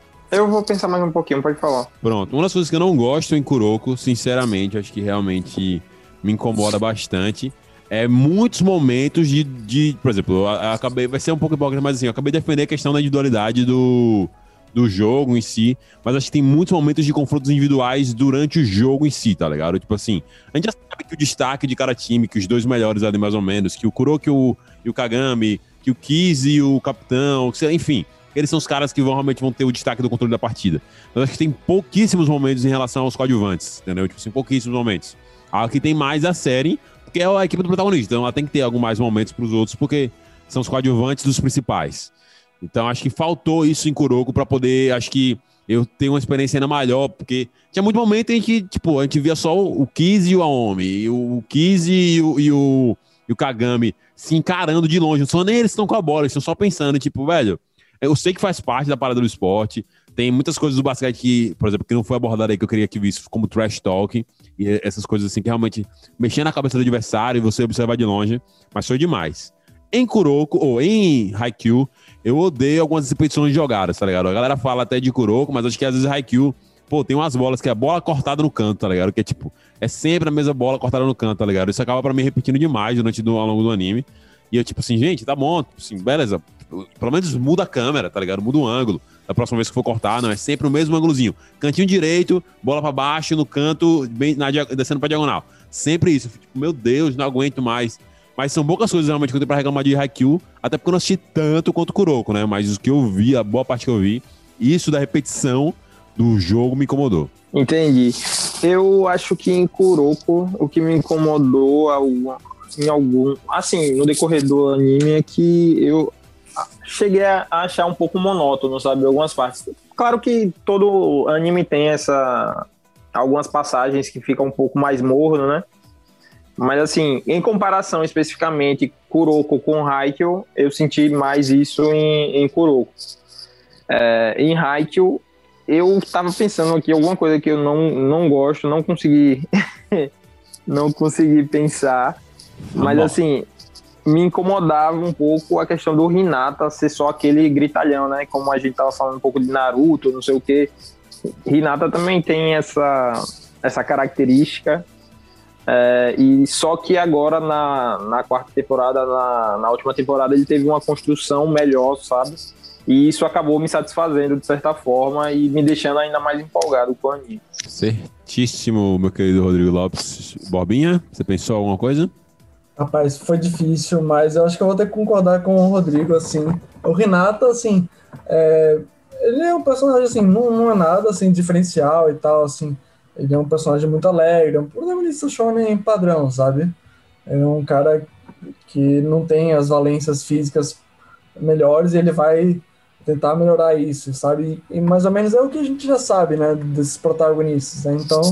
Eu vou pensar mais um pouquinho, pode falar. Pronto. Uma das coisas que eu não gosto em Kuroko, sinceramente, acho que realmente me incomoda bastante, é muitos momentos de, de por exemplo, eu, eu acabei, vai ser um pouco hipócrita, mas assim, eu acabei de defender a questão da individualidade do, do jogo em si, mas acho que tem muitos momentos de confrontos individuais durante o jogo em si, tá ligado? Tipo assim, a gente já sabe que o destaque de cada time, que os dois melhores ali mais ou menos, que o Kuroko e o, e o Kagami, que o Kiz e o Capitão, que sei lá, enfim, eles são os caras que vão, realmente vão ter o destaque do controle da partida. Mas acho que tem pouquíssimos momentos em relação aos coadjuvantes, entendeu? Tipo assim, pouquíssimos momentos. Aqui tem mais a série, porque é a equipe do protagonista, então ela tem que ter alguns mais momentos pros outros, porque são os coadjuvantes dos principais. Então acho que faltou isso em Kuroko pra poder, acho que eu tenho uma experiência ainda melhor, porque tinha muito momento em que, tipo, a gente via só o Kiz e o Aomi, e o Kiz e o, e o, e o Kagami se encarando de longe, não são nem eles que estão com a bola, eles estão só pensando, tipo, velho, eu sei que faz parte da parada do esporte, tem muitas coisas do basquete que, por exemplo, que não foi abordado aí, que eu queria que visse, como trash talk, e essas coisas assim, que realmente mexer na cabeça do adversário e você observar de longe, mas foi demais. Em Kuroko, ou em Haikyuu, eu odeio algumas repetições de jogadas, tá ligado? A galera fala até de Kuroko, mas acho que às vezes Haikyuu, pô, tem umas bolas que é bola cortada no canto, tá ligado? Que é tipo, é sempre a mesma bola cortada no canto, tá ligado? Isso acaba pra mim repetindo demais durante do, ao longo do anime. E eu, tipo assim, gente, tá bom, tipo assim, beleza. Pelo menos muda a câmera, tá ligado? Muda o ângulo. Da próxima vez que for cortar, não é sempre o mesmo ângulozinho. Cantinho direito, bola pra baixo, no canto, bem, na, descendo pra diagonal. Sempre isso. Tipo, meu Deus, não aguento mais. Mas são poucas coisas realmente que eu tenho pra reclamar de Haikyuu, até porque eu não assisti tanto quanto Kuroko, né? Mas o que eu vi, a boa parte que eu vi, isso da repetição do jogo me incomodou. Entendi. Eu acho que em Kuroko, o que me incomodou algum, em algum... Assim, no decorrer do anime é que eu cheguei a achar um pouco monótono, sabe? Algumas partes. Claro que todo anime tem essa... algumas passagens que ficam um pouco mais morno, né? Mas assim, em comparação especificamente Kuroko com Haikyuu, eu senti mais isso em, em Kuroko. É, em Haikyuu, eu tava pensando aqui alguma coisa que eu não, não gosto, não consegui não consegui pensar, mas Bom. assim, me incomodava um pouco a questão do Hinata ser só aquele gritalhão, né? Como a gente tava falando um pouco de Naruto, não sei o que. Hinata também tem essa, essa característica. É, e só que agora na, na quarta temporada, na, na última temporada, ele teve uma construção melhor, sabe? E isso acabou me satisfazendo de certa forma e me deixando ainda mais empolgado com o anime. Certíssimo, meu querido Rodrigo Lopes. Borbinha, você pensou alguma coisa? Rapaz, foi difícil, mas eu acho que eu vou ter que concordar com o Rodrigo, assim. O Hinata, assim, é, ele é um personagem, assim, não, não é nada, assim, diferencial e tal, assim. Ele é um personagem muito alegre, é um protagonista shonen padrão, sabe? É um cara que não tem as valências físicas melhores e ele vai tentar melhorar isso, sabe? E mais ou menos é o que a gente já sabe, né, desses protagonistas, né? Então,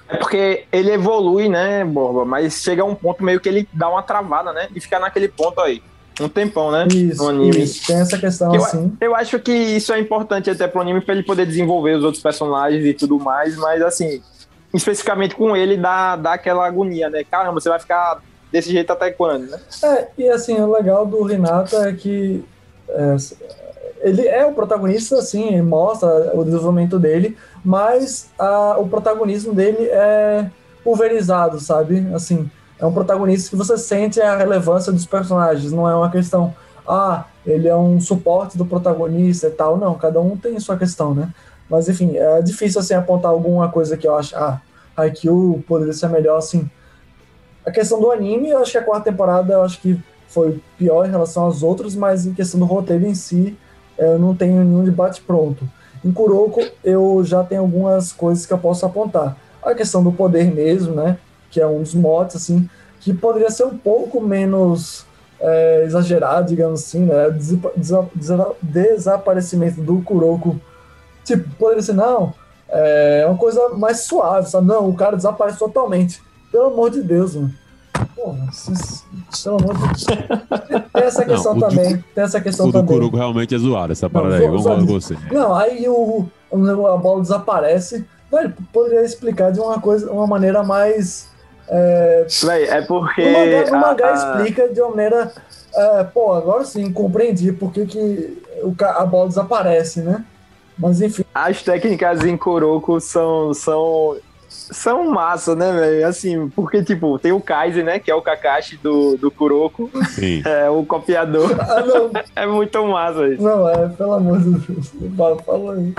É porque ele evolui, né, Borba? Mas chega a um ponto meio que ele dá uma travada, né? E fica naquele ponto aí. Um tempão, né? Isso, no anime. isso. Tem essa questão Que eu, assim. eu acho que isso é importante até pro anime pra ele poder desenvolver os outros personagens e tudo mais, mas assim, especificamente com ele dá, dá aquela agonia, né? Caramba, você vai ficar desse jeito até quando, né? É, e assim, o legal do Hinata é que é, ele é o protagonista, assim, mostra o desenvolvimento dele, mas a, o protagonismo dele é pulverizado, sabe? Assim, é um protagonista que você sente a relevância dos personagens, não é uma questão, ah, ele é um suporte do protagonista e tal, não, cada um tem sua questão, né? Mas enfim, é difícil, assim, apontar alguma coisa que eu acho, ah, Haikyuu poderia ser melhor, assim. A questão do anime, eu acho que a quarta temporada, eu acho que foi pior em relação aos outros, mas em questão do roteiro em si, eu não tenho nenhum debate pronto. Em Kuroko, eu já tenho algumas coisas que eu posso apontar. A questão do poder mesmo, né? Que é um dos motes, assim, que poderia ser um pouco menos é, exagerado, digamos assim, né? Desa- desa- desa- desaparecimento do Kuroko. Tipo, poderia ser, não, é uma coisa mais suave, sabe? Não, o cara desaparece totalmente. Pelo amor de Deus, mano. Porra, vocês- pelo amor de Deus. Tem essa questão Não, o do- também. Tem essa questão O do também. Kuroko realmente é zoado, essa Não, parada aí. zo- Vamos lá com zoadíssimo. você. Não, aí o, o- a bola desaparece. Velho, poderia explicar de uma coisa, uma maneira mais. É, Véi, é porque. no mangá, no a- mangá a- explica de uma maneira. É, pô, agora sim, compreendi por que, que o, ca- a bola desaparece, né? Mas enfim. As técnicas em Kuroko são, são, são massa, né, velho? Assim, porque, tipo, tem o Kaizen, né? Que é o Kakashi do, do Kuroko. Sim. É o copiador. Ah, não, É muito massa isso. não, é, pelo amor de Deus. Fala, fala aí.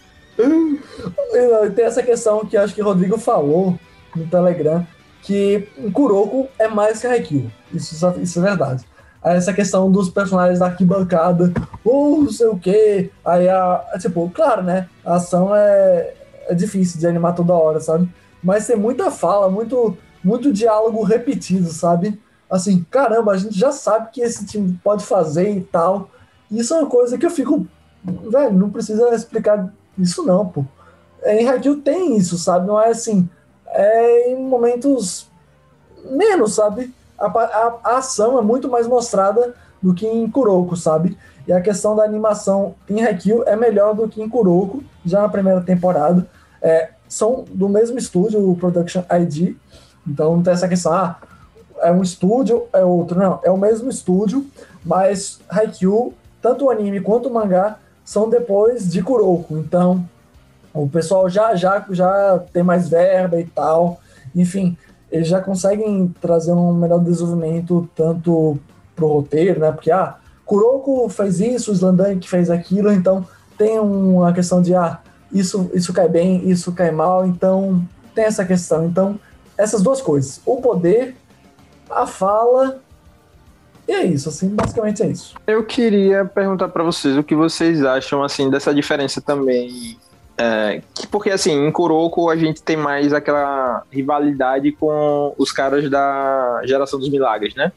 E não, e tem essa questão que acho que o Rodrigo falou no Telegram, que em Kuroko é mais que Haikyuu. Isso, isso é verdade. Aí essa questão dos personagens da arquibancada, ou não sei o quê. Aí a. Tipo, claro, né? A ação é, é difícil de animar toda hora, sabe? Mas tem muita fala, muito, muito diálogo repetido, sabe? Assim, caramba, a gente já sabe que esse time pode fazer e tal. Isso é uma coisa que eu fico. Velho, não precisa explicar isso, não, pô. Em Haikyuu tem isso, sabe? Não é assim. É em momentos menos, sabe? A, a, a ação é muito mais mostrada do que em Kuroko, sabe? E a questão da animação em Haikyuu é melhor do que em Kuroko, já na primeira temporada. É, são do mesmo estúdio, o Production I D, então não tem essa questão, ah, é um estúdio, é outro. Não, é o mesmo estúdio, mas Haikyuu, tanto o anime quanto o mangá, são depois de Kuroko. Então, o pessoal já, já, já tem mais verba e tal. Enfim, eles já conseguem trazer um melhor desenvolvimento tanto pro roteiro, né? Porque, ah, Kuroko fez isso, o Slandunk fez aquilo, então tem uma questão de, ah, isso, isso cai bem, isso cai mal, então tem essa questão. Então, essas duas coisas, o poder, a fala, e é isso, assim, basicamente é isso. Eu queria perguntar pra vocês o que vocês acham, assim, dessa diferença também. É, que, porque, assim, em Kuroko a gente tem mais aquela rivalidade com os caras da Geração dos Milagres, né?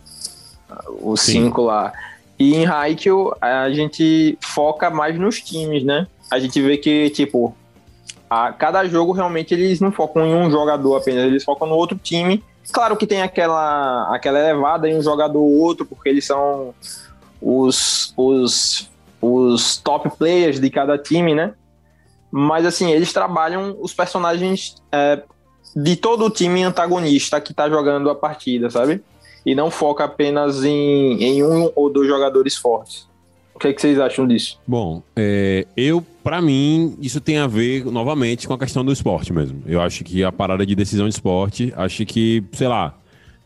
Os Sim. cinco lá. E em Haikyuu a gente foca mais nos times, né? A gente vê que, tipo, a cada jogo realmente eles não focam em um jogador apenas, eles focam no outro time. Claro que tem aquela, aquela elevada em um jogador ou outro, porque eles são os, os, os top players de cada time, né? Mas, assim, eles trabalham os personagens é, de todo o time antagonista que tá jogando a partida, sabe? E não foca apenas em, em um ou dois jogadores fortes. O que, é que vocês acham disso? Bom, é, eu, pra mim, isso tem a ver, novamente, com a questão do esporte mesmo. Eu acho que a parada de decisão de esporte, acho que, sei lá,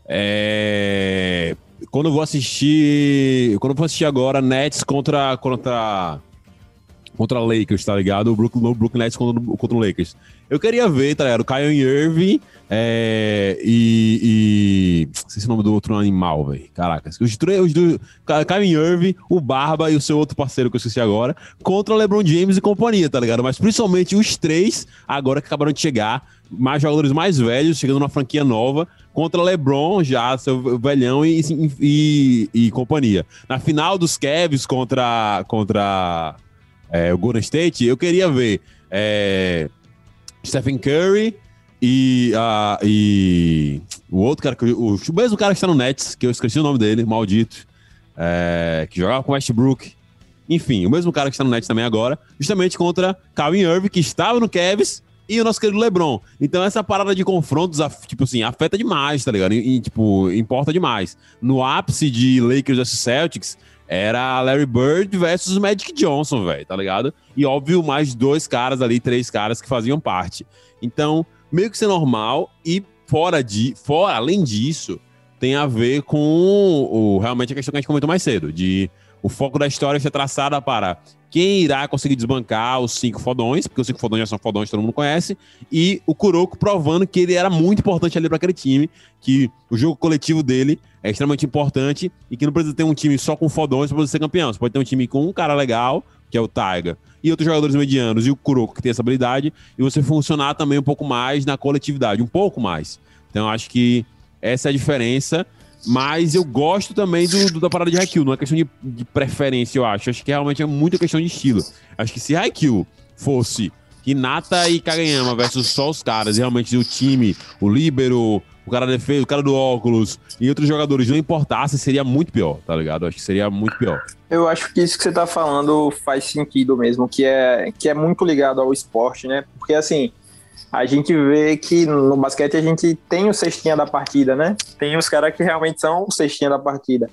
é, quando eu vou assistir, quando eu vou assistir agora Nets contra, contra, contra Lakers, tá ligado? O Brooklyn, o Brooklyn Nets contra, contra o Lakers. Eu queria ver, tá ligado? O Kyrie Irving é, e, e... Esqueci o nome do outro animal, velho. Caraca. Os três, os do Kyrie Irving, o Barba e o seu outro parceiro que eu esqueci agora, contra o LeBron James e companhia, tá ligado? Mas principalmente os três, agora que acabaram de chegar, mais jogadores mais velhos, chegando numa franquia nova, contra o LeBron, já, seu velhão e, e, e companhia. Na final dos Cavs contra, contra é, o Golden State, eu queria ver... É, Stephen Curry E, uh, e o outro cara, o, o mesmo cara que está no Nets, que eu esqueci o nome dele, maldito, é, que jogava com Westbrook. Enfim, o mesmo cara que está no Nets também agora, justamente contra Kyrie Irving, que estava no Cavs, e o nosso querido LeBron. Então essa parada de confrontos, tipo assim, afeta demais, tá ligado? E, tipo, importa demais. No ápice de Lakers versus Celtics, era Larry Bird versus Magic Johnson, velho, tá ligado? E óbvio, mais dois caras ali, três caras que faziam parte. Então, meio que isso é normal, e fora de, fora, além disso, tem a ver com o, realmente a questão que a gente comentou mais cedo, de o foco da história ser traçada para quem irá conseguir desbancar os cinco fodões, porque os cinco fodões já são fodões que todo mundo conhece, e o Kuroko provando que ele era muito importante ali para aquele time, que o jogo coletivo dele é extremamente importante e que não precisa ter um time só com fodões para você ser campeão. Você pode ter um time com um cara legal, que é o Taiga, e outros jogadores medianos, e o Kuroko que tem essa habilidade, e você funcionar também um pouco mais na coletividade, um pouco mais. Então eu acho que essa é a diferença, mas eu gosto também do, do da parada de Haikyuu, não é questão de, de preferência, eu acho. Acho que realmente é muita questão de estilo. Acho que se Haikyuu fosse Hinata e Kageyama versus só os caras, e realmente o time, o líbero, o cara da defesa, o cara do óculos e outros jogadores não importassem, seria muito pior, tá ligado? Acho que seria muito pior. Eu acho que isso que você tá falando faz sentido mesmo, que é, que é muito ligado ao esporte, né? Porque, assim, a gente vê que no basquete a gente tem o cestinha da partida, né? Tem os caras que realmente são o cestinha da partida.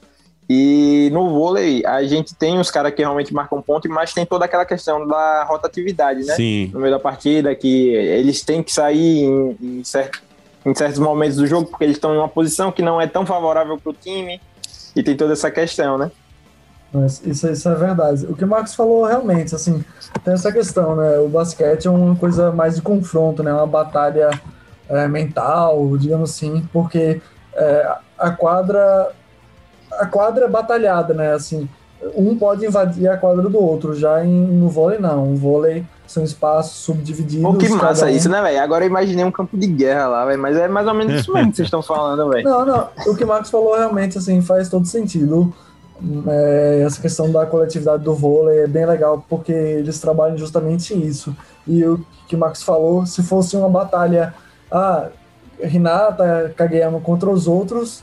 E no vôlei, a gente tem os caras que realmente marcam ponto, mas tem toda aquela questão da rotatividade, né? Sim. No meio da partida, que eles têm que sair em, em, certo, em certos momentos do jogo, porque eles estão em uma posição que não é tão favorável para o time, e tem toda essa questão, né? Isso, isso é verdade. O que o Marcos falou realmente, assim, tem essa questão, né? O basquete é uma coisa mais de confronto, né? Uma batalha é, mental, digamos assim, porque é, a quadra a quadra é batalhada, né? Assim, um pode invadir a quadra do outro, já em, no vôlei não. O vôlei são espaços subdivididos. Pô, que massa um... isso, né, velho? Agora eu imaginei um campo de guerra lá, velho, mas é mais ou menos isso mesmo que vocês estão falando, velho. Não, não, o que o Marcos falou realmente, assim, faz todo sentido. É, essa questão da coletividade do vôlei é bem legal, porque eles trabalham justamente isso. E o que o Marcos falou, se fosse uma batalha, ah, Hinata, Kageyama contra os outros,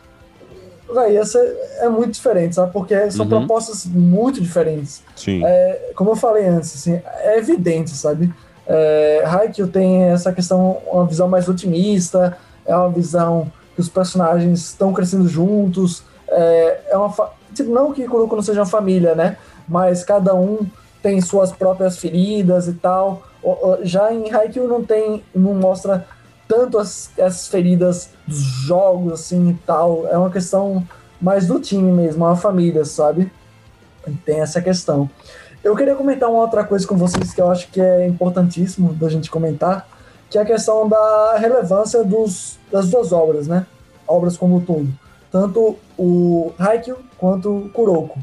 véi, essa é muito diferente, sabe? Porque são uhum. propostas muito diferentes. Sim. É, como eu falei antes, assim, é evidente, sabe? É, Haikyuu tem essa questão, uma visão mais otimista, é uma visão que os personagens estão crescendo juntos, é, é uma fa- tipo, não que Kuroko não seja uma família, né? Mas cada um tem suas próprias feridas e tal. Já em Haikyuu não tem, não mostra tanto as, as feridas dos jogos, assim, e tal. É uma questão mais do time mesmo, uma família, sabe? Tem essa questão. Eu queria comentar uma outra coisa com vocês que eu acho que é importantíssimo da gente comentar, que é a questão da relevância dos, das duas obras, né? Obras como um todo. Tanto o Haikyuu quanto o Kuroko.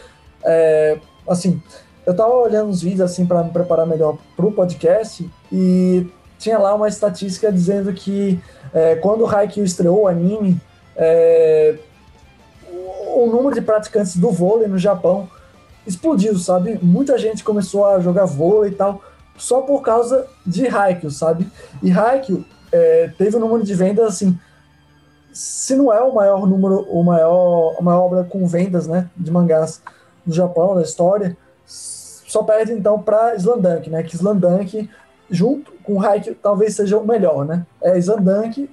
É, assim, eu tava olhando uns vídeos assim para me preparar melhor pro podcast e tinha lá uma estatística dizendo que é, quando o Haikyuu estreou o anime, é, o, o número de praticantes do vôlei no Japão explodiu, sabe? Muita gente começou a jogar vôlei e tal, só por causa de Haikyuu, sabe? E Haikyuu é, teve um número de vendas, assim, se não é o maior número, o maior, a maior obra com vendas, né, de mangás no Japão, da história, só perde então para Slamdunk, né? Que Slamdunk, junto com Haikyuu, talvez seja o melhor, né? É Slamdunk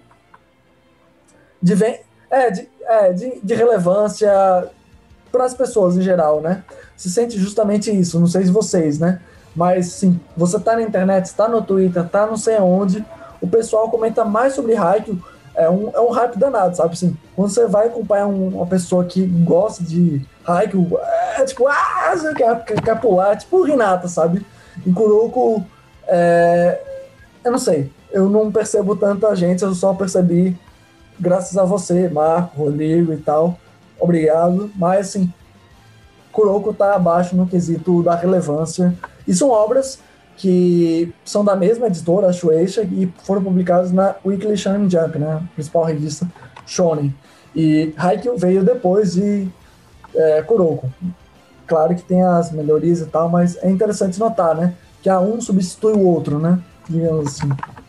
de, é, de, é, de, de relevância para as pessoas em geral, né? Se sente justamente isso, não sei se vocês, né? Mas sim, você tá na internet, está no Twitter, tá não sei onde, o pessoal comenta mais sobre Haikyuu. É um, é um hype danado, sabe? Assim, quando você vai acompanhar um, uma pessoa que gosta de Haikyuu, é tipo, ah, você quer, quer pular, tipo o Hinata, sabe? Em Kuroko, é, eu não sei, eu não percebo tanta gente, eu só percebi graças a você, Marco, Rodrigo e tal, obrigado, mas assim, Kuroko tá abaixo no quesito da relevância, e são obras que são da mesma editora, a Shueisha, e foram publicadas na Weekly Shonen Jump, né, a principal revista Shonen. E Haikyuu veio depois de é, Kuroko. Claro que tem as melhorias e tal, mas é interessante notar, né, que a um substitui o outro, né, digamos assim.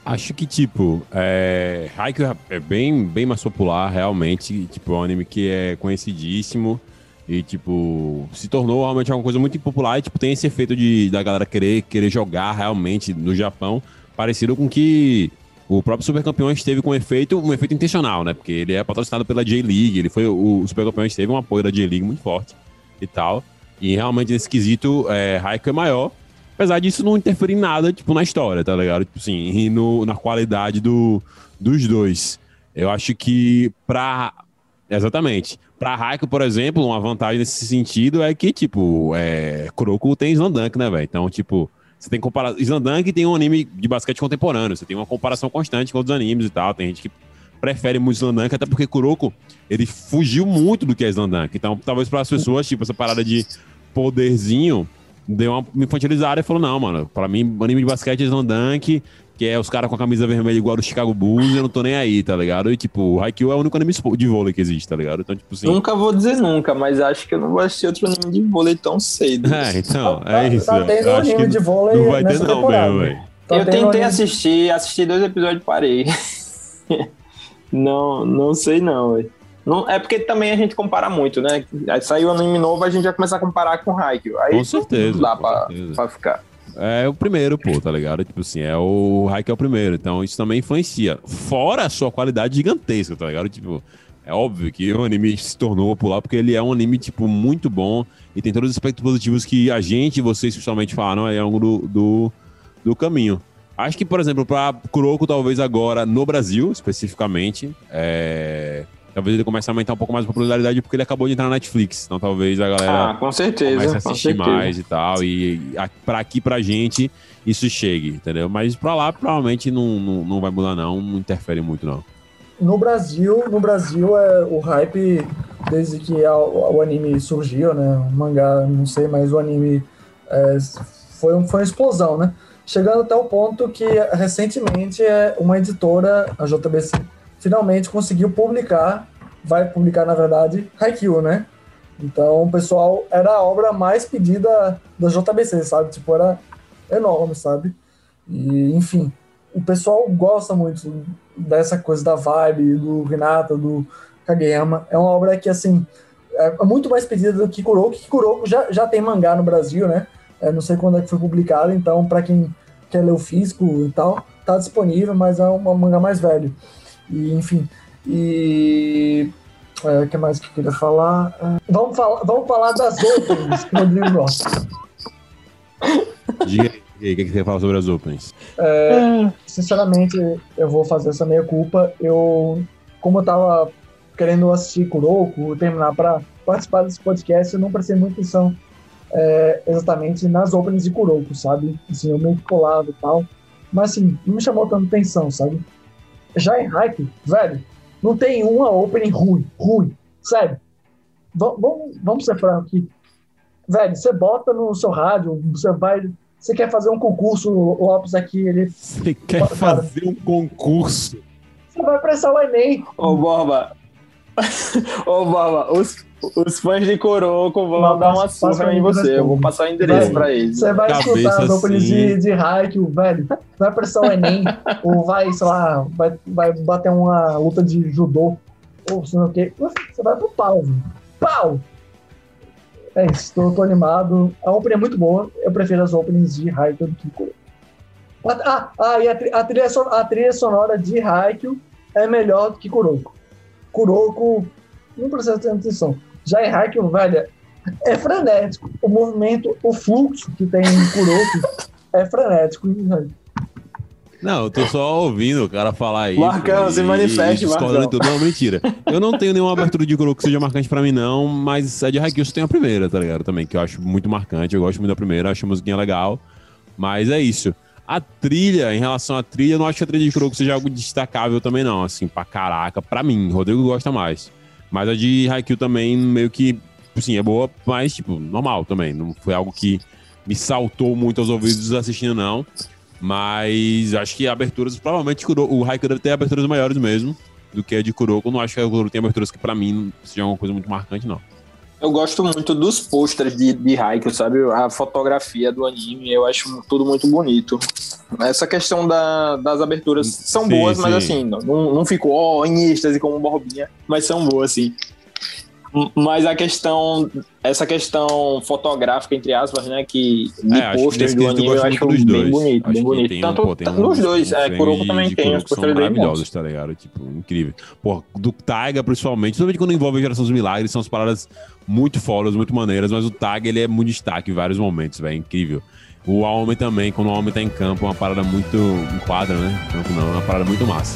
Acho que, tipo, é... Haikyuu é bem, bem mais popular, realmente. Tipo, é um anime que é conhecidíssimo e, tipo, se tornou realmente uma coisa muito popular e, tipo, tem esse efeito de, da galera querer, querer jogar realmente no Japão, parecido com que o próprio Super Campeões teve com um efeito, um efeito intencional, né? Porque ele é patrocinado pela J-League, ele foi, o, o Super Campeões teve um apoio da J-League muito forte e tal. E realmente nesse quesito, é, Haikyuu é maior. Apesar disso não interferir em nada, tipo, na história, tá ligado? Tipo assim, e no, na qualidade do, dos dois. Eu acho que pra... Exatamente. Pra Haikyuu, por exemplo, uma vantagem nesse sentido é que, tipo, é, Kuroko tem Slandunk, né, velho? Então, tipo, você tem que comparar... Slandunk tem um anime de basquete contemporâneo, você tem uma comparação constante com outros animes e tal. Tem gente que prefere muito Slandunk, até porque Kuroko, ele fugiu muito do que é Slandunk. Então, talvez para as pessoas, tipo, essa parada de poderzinho... deu uma infantilizada e falou, não, mano, pra mim, anime de basquete é Slandunk, que é os caras com a camisa vermelha igual do Chicago Bulls, eu não tô nem aí, tá ligado? E, tipo, o Haikyuu é o único anime de vôlei que existe, tá ligado? Então, tipo assim... Nunca vou dizer nunca, mas acho que eu não vou assistir outro anime de vôlei tão cedo. É, então, Tá- é isso. tá tendo eu acho anime que de vôlei não vai ter nessa não temporada. mesmo, velho. Tá eu tendo tentei anime- assistir, assisti dois episódios e parei. não, não sei não, velho. Não, é porque também a gente compara muito, né? Aí saiu um anime novo, a gente vai começar a comparar com Haikyuu. Aí Com certeza, não dá com pra, certeza. pra ficar. É o primeiro, pô, tá ligado? Tipo assim, é o Haikyuu é o primeiro, então isso também influencia. Fora a sua qualidade gigantesca, tá ligado? Tipo, é óbvio que o anime se tornou popular porque ele é um anime, tipo, muito bom e tem todos os aspectos positivos que a gente e vocês principalmente falaram aí ao longo do, do, do caminho. Acho que, por exemplo, pra Kuroko, talvez agora no Brasil, especificamente, é... talvez ele comece a aumentar um pouco mais a popularidade porque ele acabou de entrar na Netflix. Então talvez a galera Ah, com certeza. comece a com assistir certeza. mais e tal. E a- pra aqui, pra gente, isso chegue, entendeu? Mas pra lá, provavelmente não, não, não vai mudar não, não interfere muito não. No Brasil, no Brasil é o hype desde que a- o, o anime surgiu, né? O mangá, não sei, mas o anime é, foi, um- foi uma explosão, né? Chegando até o ponto que recentemente é, uma editora, a J B C, finalmente conseguiu publicar, vai publicar na verdade, Haikyuu, né? Então o pessoal, era a obra mais pedida da J B C, sabe? Tipo, era enorme, sabe? E, enfim, o pessoal gosta muito dessa coisa da vibe do Hinata, do Kageyama. É uma obra que, assim, é muito mais pedida do que Kuroko, que Kuroko já, já tem mangá no Brasil, né? É, não sei quando é que foi publicado, então, para quem quer ler o físico e tal, tá disponível, mas é um mangá mais velho. E, enfim, e... O que mais que eu queria falar? É, vamos, falar vamos falar das openings que o Rodrigo gosta. Diga aí, o que, que você fala sobre as openings? É, sinceramente, eu vou fazer essa meia culpa. Eu, como eu tava querendo assistir Kuroko, terminar para participar desse podcast, eu não prestei muita atenção é, exatamente nas openings de Kuroko, sabe? Assim, eu meio que colava e tal. Mas, assim, não me chamou tanta atenção, sabe? Já em Haikyuu, velho, não tem uma opening ruim, ruim, sério. V- vamos, vamos ser francos aqui. Velho, você bota no seu rádio, você vai... Você quer fazer um concurso, o Lopes aqui, ele... Você quer fazer um concurso? Você vai prestar o Enem. Ô, Borba. Ô, Borba, os, os fãs de Kuroko vão Não, dar uma passa- passa surra o em você. endereço. Eu vou passar o endereço Vai. pra eles. Você vai Cabeça escutar as openings assim. de, de Haikyuu, velho. Vai prestar o Enem, ou vai, sei lá, vai, vai bater uma luta de judô, ou sei lá o quê. Você vai pro pau, velho. Pau! É isso, tô, tô animado. A opening é muito boa. Eu prefiro as openings de Haikyuu do que Kuroko. Ah, ah, e a, tri- a, trilha, son- a trilha sonora de Haikyuu é melhor do que Kuroko. Kuroko, não precisa ter atenção. Já em Haikyuu, velho, é frenético. O movimento, o fluxo que tem em Kuroko é frenético. Não, eu tô só ouvindo o cara falar isso. Marcão, e- se manifeste, e discordando Marcão. de tudo. Não, mentira. Eu não tenho nenhuma abertura de Kuroko que seja marcante pra mim, não, mas a de Haikyuu tem a primeira, tá ligado? Também, que eu acho muito marcante. Eu gosto muito da primeira, acho a musiquinha legal. Mas é isso. A trilha, em relação à trilha, eu não acho que a trilha de Kuroko seja algo destacável também, não. Assim, pra caraca, pra mim. Rodrigo gosta mais. Mas a de Haikyuu também, meio que, assim, é boa, mas, tipo, normal também. Não foi algo que me saltou muito aos ouvidos assistindo, não. Mas acho que aberturas, provavelmente Kuroko, o Haikyuu deve ter aberturas maiores mesmo do que a de Kuroko. Eu não acho que a Kuroko tem aberturas que pra mim não seja uma coisa muito marcante, não. Eu gosto muito dos pôsteres de, de Haikyuu, sabe? A fotografia do anime, eu acho tudo muito bonito. essa questão da, das aberturas são Sim, boas, mas sim. assim, não, não ficou ó, em êxtase como Borbinha, mas são boas, sim. Mas a questão, essa questão fotográfica, entre aspas, né, que de É, acho que posters nesse do quesito eu anime, eu gosto acho muito dos bem dois. bonito, Acho bem que bonito. tem um, Tanto pô, tem t- uns- nos dois, uns é, frames Kuroko de- também de tem, os Kuroko que são posters bem maravilhosos, bons. tá ligado? Tipo, incrível. Pô, do Taiga, principalmente, principalmente quando envolve a Geração dos Milagres, são as paradas muito fodas, muito maneiras, mas o Taiga, ele é muito destaque em vários momentos, velho, incrível. O Homem também, quando o Homem tá em campo, é uma parada muito... em quadra, né? Campo não, é uma parada muito massa.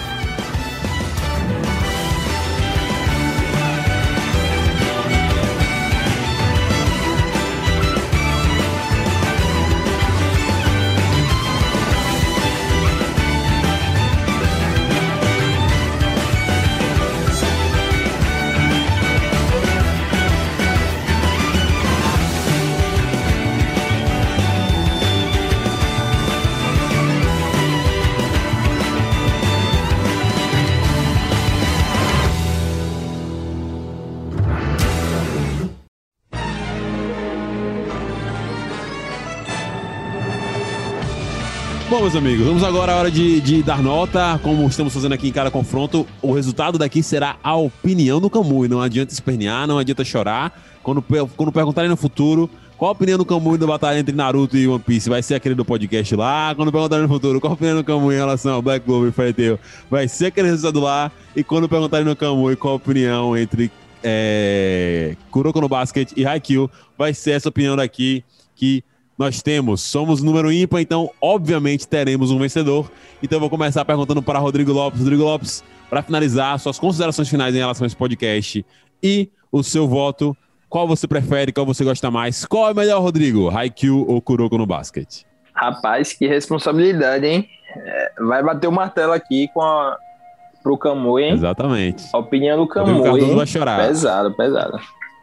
Bom, meus amigos, vamos agora à hora de, de dar nota. Como estamos fazendo aqui em cada confronto, o resultado daqui será a opinião do Kamui. Não adianta espernear, não adianta chorar. Quando, quando perguntarem no futuro qual a opinião do Kamui da batalha entre Naruto e One Piece, vai ser aquele do podcast lá. Quando perguntarem no futuro qual a opinião do Kamui em relação ao Black Clover e Fairy Tail, vai ser aquele resultado lá. E quando perguntarem no Kamui qual a opinião entre é, Kuroko no Basket e Haikyuu, vai ser essa opinião daqui que nós temos. Somos número ímpar, então obviamente teremos um vencedor. Então eu vou começar perguntando para Rodrigo Lopes. Rodrigo Lopes, para finalizar, suas considerações finais em relação a esse podcast e o seu voto. Qual você prefere, qual você gosta mais? Qual é melhor, Rodrigo? Haikyuu ou Kuroko no Basket? Rapaz, que responsabilidade, hein? É, vai bater o martelo aqui com a, pro Kamui, hein? Exatamente. A opinião do Rodrigo Kamui, Cardoso hein? vai chorar. Pesado, pesado.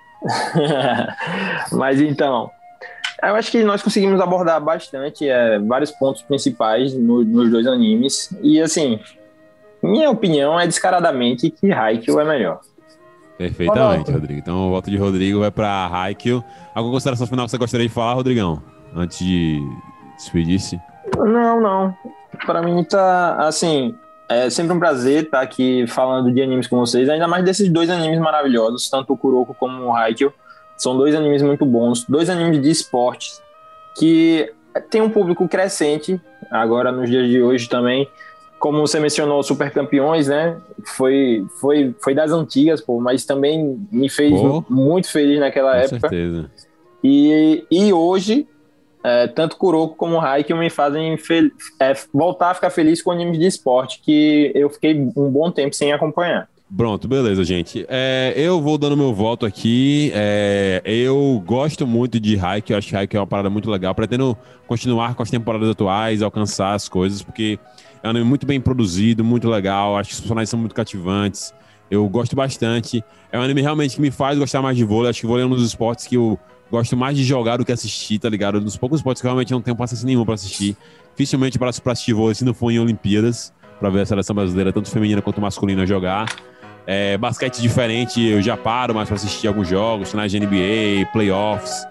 Mas então, eu acho que nós conseguimos abordar bastante é, vários pontos principais no, nos dois animes. E assim, minha opinião é descaradamente que Haikyuu é melhor. Perfeitamente, Rodrigo. Então o voto de Rodrigo vai para Haikyuu. Alguma consideração final que você gostaria de falar, Rodrigão? Antes de despedir-se? Não, não. Para mim tá, assim, é sempre um prazer estar aqui falando de animes com vocês, ainda mais desses dois animes maravilhosos, tanto o Kuroko como o Haikyuu. São dois animes muito bons, dois animes de esportes que tem um público crescente agora nos dias de hoje também. Como você mencionou, Super Campeões, né? Foi, foi, foi das antigas, pô, mas também me fez Pô, muito feliz naquela com época. certeza. E, e hoje, é, tanto Kuroko como Haikyuu me fazem fel- é, voltar a ficar feliz com animes de esporte que eu fiquei um bom tempo sem acompanhar. Pronto, beleza, gente. É, eu vou dando meu voto aqui. É, eu gosto muito de Haikyuu, eu acho que Haikyuu é uma parada muito legal. Pretendo continuar com as temporadas atuais, alcançar as coisas, porque é um anime muito bem produzido, muito legal. Acho que os personagens são muito cativantes. Eu gosto bastante. É um anime realmente que me faz gostar mais de vôlei. Acho que vôlei é um dos esportes que eu gosto mais de jogar do que assistir, tá ligado? Um dos poucos esportes que eu realmente não tenho paciência nenhuma pra assistir. Dificilmente para assistir vôlei se não for em Olimpíadas, pra ver a seleção brasileira, tanto feminina quanto masculina, jogar. É, basquete diferente, eu já paro mais pra assistir alguns jogos, finais de N B A, playoffs,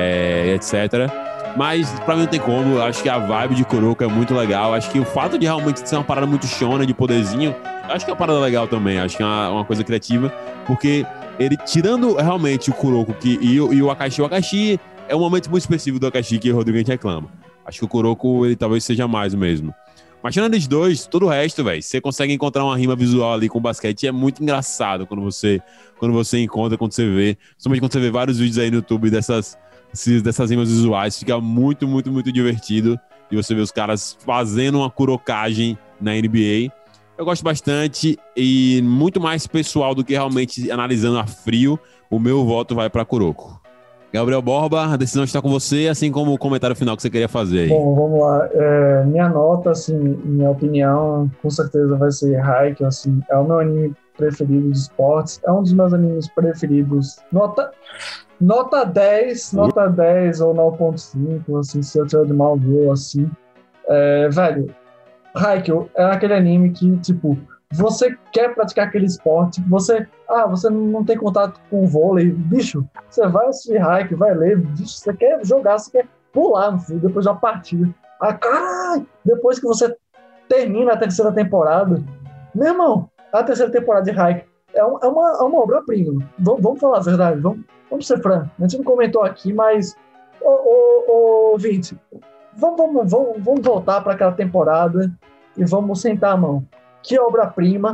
é, etcétera. Mas pra mim não tem como, eu acho que a vibe de Kuroko é muito legal. Acho que o fato de realmente ser uma parada muito shona, de poderzinho, acho que é uma parada legal também. Acho que é uma, uma coisa criativa, porque ele, tirando realmente o Kuroko que, e, o- e o Akashi, o Akashi é um momento muito específico do Akashi que o Rodrigo a gente reclama. Acho que o Kuroko, ele talvez seja mais mesmo. Mas tirando eles dois, todo o resto, velho, você consegue encontrar uma rima visual ali com o basquete. É muito engraçado quando você, quando você encontra, quando você vê. Principalmente quando você vê vários vídeos aí no YouTube dessas, esses- dessas rimas visuais. Fica muito, muito, muito divertido. E você vê os caras fazendo uma kurokagem na N B A. Eu gosto bastante e muito mais pessoal do que realmente analisando a frio. O meu voto vai pra Kuroko. Gabriel Borba, a decisão está com você, assim como o comentário final que você queria fazer aí. Bom, vamos lá. É, minha nota, assim, minha opinião, com certeza vai ser Haikyuu, assim, é o meu anime preferido de esportes, é um dos meus animes preferidos. Nota, nota dez, nota dez ou nove ponto cinco, assim, se eu tiver de mal vou, assim. É, velho, Haikyuu é aquele anime que, tipo, você quer praticar aquele esporte, você, ah, você não tem contato com o vôlei, bicho, você vai assistir Haikyuu, vai ler, bicho, você quer jogar, você quer pular no filme depois de uma partida. Ah, caralho! Depois que você termina a terceira temporada, meu irmão, a terceira temporada de Haikyuu é, um, é uma, é uma obra-prima. Vamos, vamos falar a verdade, vamos, vamos ser francos. A gente não comentou aqui, mas, ô, ô, ô Vinte, vamos, vamos, vamos, vamos voltar para aquela temporada e vamos sentar a mão. Que obra-prima!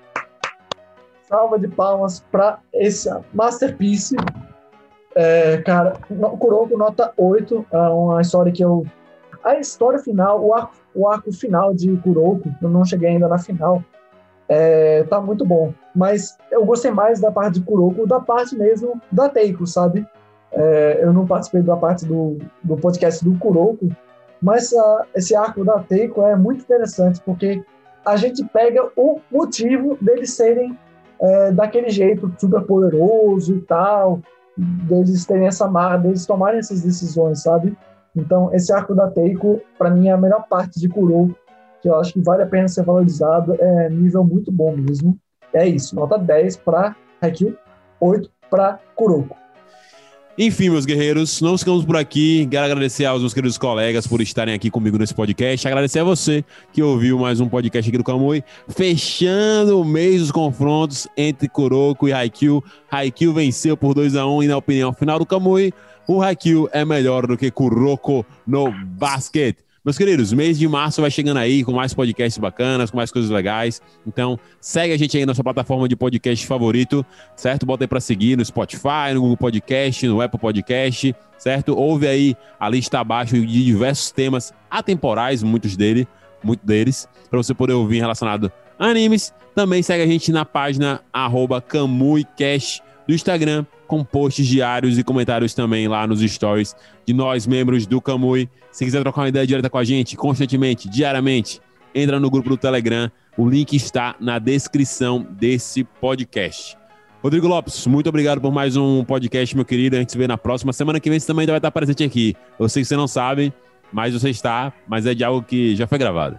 Salva de palmas para esse masterpiece. É, cara, Kuroko nota oito, é uma história que eu... A história final, o arco, o arco final de Kuroko, eu não cheguei ainda na final, é, tá muito bom. Mas eu gostei mais da parte de Kuroko, da parte mesmo da Teiko, sabe? É, eu não participei da parte do, do podcast do Kuroko, mas uh, esse arco da Teiko é muito interessante, porque a gente pega o motivo deles serem é, daquele jeito super poderoso e tal, deles terem essa marra, deles tomarem essas decisões, sabe? Então, esse arco da Teiko, para mim, é a melhor parte de Kuroko, que eu acho que vale a pena ser valorizado, é nível muito bom mesmo. É isso, nota dez para Haikyuu, oito para Kuroko. Enfim, meus guerreiros, não ficamos por aqui. Quero agradecer aos meus queridos colegas por estarem aqui comigo nesse podcast. Agradecer a você que ouviu mais um podcast aqui do Kamui, fechando o mês dos confrontos entre Kuroko e Haikyuu. Haikyuu venceu por dois a um e, na opinião final do Kamui, o Haikyuu é melhor do que Kuroko no basquete. Meus queridos, mês de março vai chegando aí com mais podcasts bacanas, com mais coisas legais. Então, segue a gente aí na sua plataforma de podcast favorito, certo? Bota aí pra seguir no Spotify, no Google Podcast, no Apple Podcast, certo? Ouve aí a lista abaixo de diversos temas atemporais, muitos dele, muito deles, para você poder ouvir relacionado a animes. Também segue a gente na página arroba KamuiCast do Instagram, com posts diários e comentários também lá nos stories de nós, membros do Kamui. Se quiser trocar uma ideia direta com a gente, constantemente, diariamente, entra no grupo do Telegram. O link está na descrição desse podcast. Rodrigo Lopes, muito obrigado por mais um podcast, meu querido. A gente se vê na próxima. Semana que vem você também vai estar presente aqui. Eu sei que você não sabe, mas você está, mas é de algo que já foi gravado.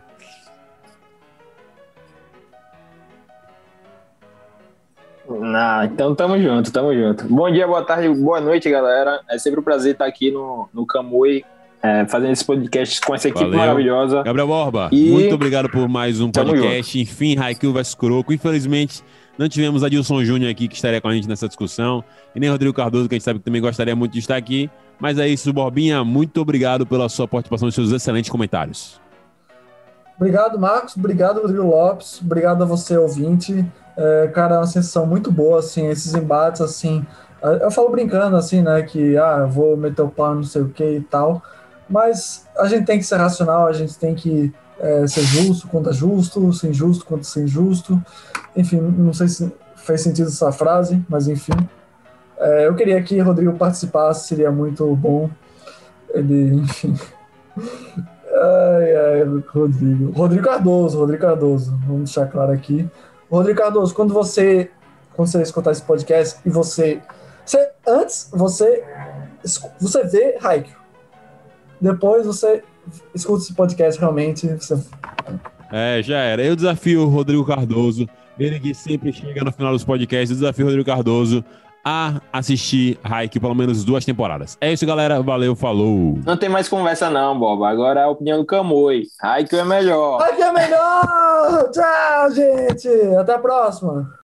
Não, então tamo junto, tamo junto. Bom dia, boa tarde, boa noite, galera. É sempre um prazer estar aqui no, no Kamui, é, fazendo esse podcast com essa equipe Valeu. maravilhosa. Gabriel Borba, e... muito obrigado por mais um podcast. Enfim, Haikyuu versus Kuroko. Infelizmente, não tivemos Adilson Júnior aqui, que estaria com a gente nessa discussão, e nem Rodrigo Cardoso, que a gente sabe que também gostaria muito de estar aqui. Mas é isso, Borbinha, muito obrigado pela sua participação e seus excelentes comentários. Obrigado, Marcos. Obrigado, Rodrigo Lopes. Obrigado a você, ouvinte. É, cara, é uma sensação muito boa, assim, esses embates, assim, eu falo brincando, assim, né, que, ah, eu vou meter o pau, não sei o que e tal, mas a gente tem que ser racional, a gente tem que é, ser justo quando é justo, ser injusto quando é injusto, enfim, não sei se fez sentido essa frase, mas enfim, é, eu queria que o Rodrigo participasse, seria muito bom, ele, enfim... Ai, ai, Rodrigo. Rodrigo Cardoso, Rodrigo Cardoso, vamos deixar claro aqui. Rodrigo Cardoso, quando você, quando você escutar esse podcast e você, você antes você, você vê Haikyuu, depois você escuta esse podcast realmente. Você... É, já era. Eu desafio o Rodrigo Cardoso, ele que sempre chega no final dos podcasts, eu desafio o Rodrigo Cardoso a assistir Haikyuu pelo menos duas temporadas. É isso, galera. Valeu, falou. Não tem mais conversa não, Boba. Agora é a opinião do Kamui. Haikyuu é melhor. Haikyuu é melhor! Tchau, gente! Até a próxima!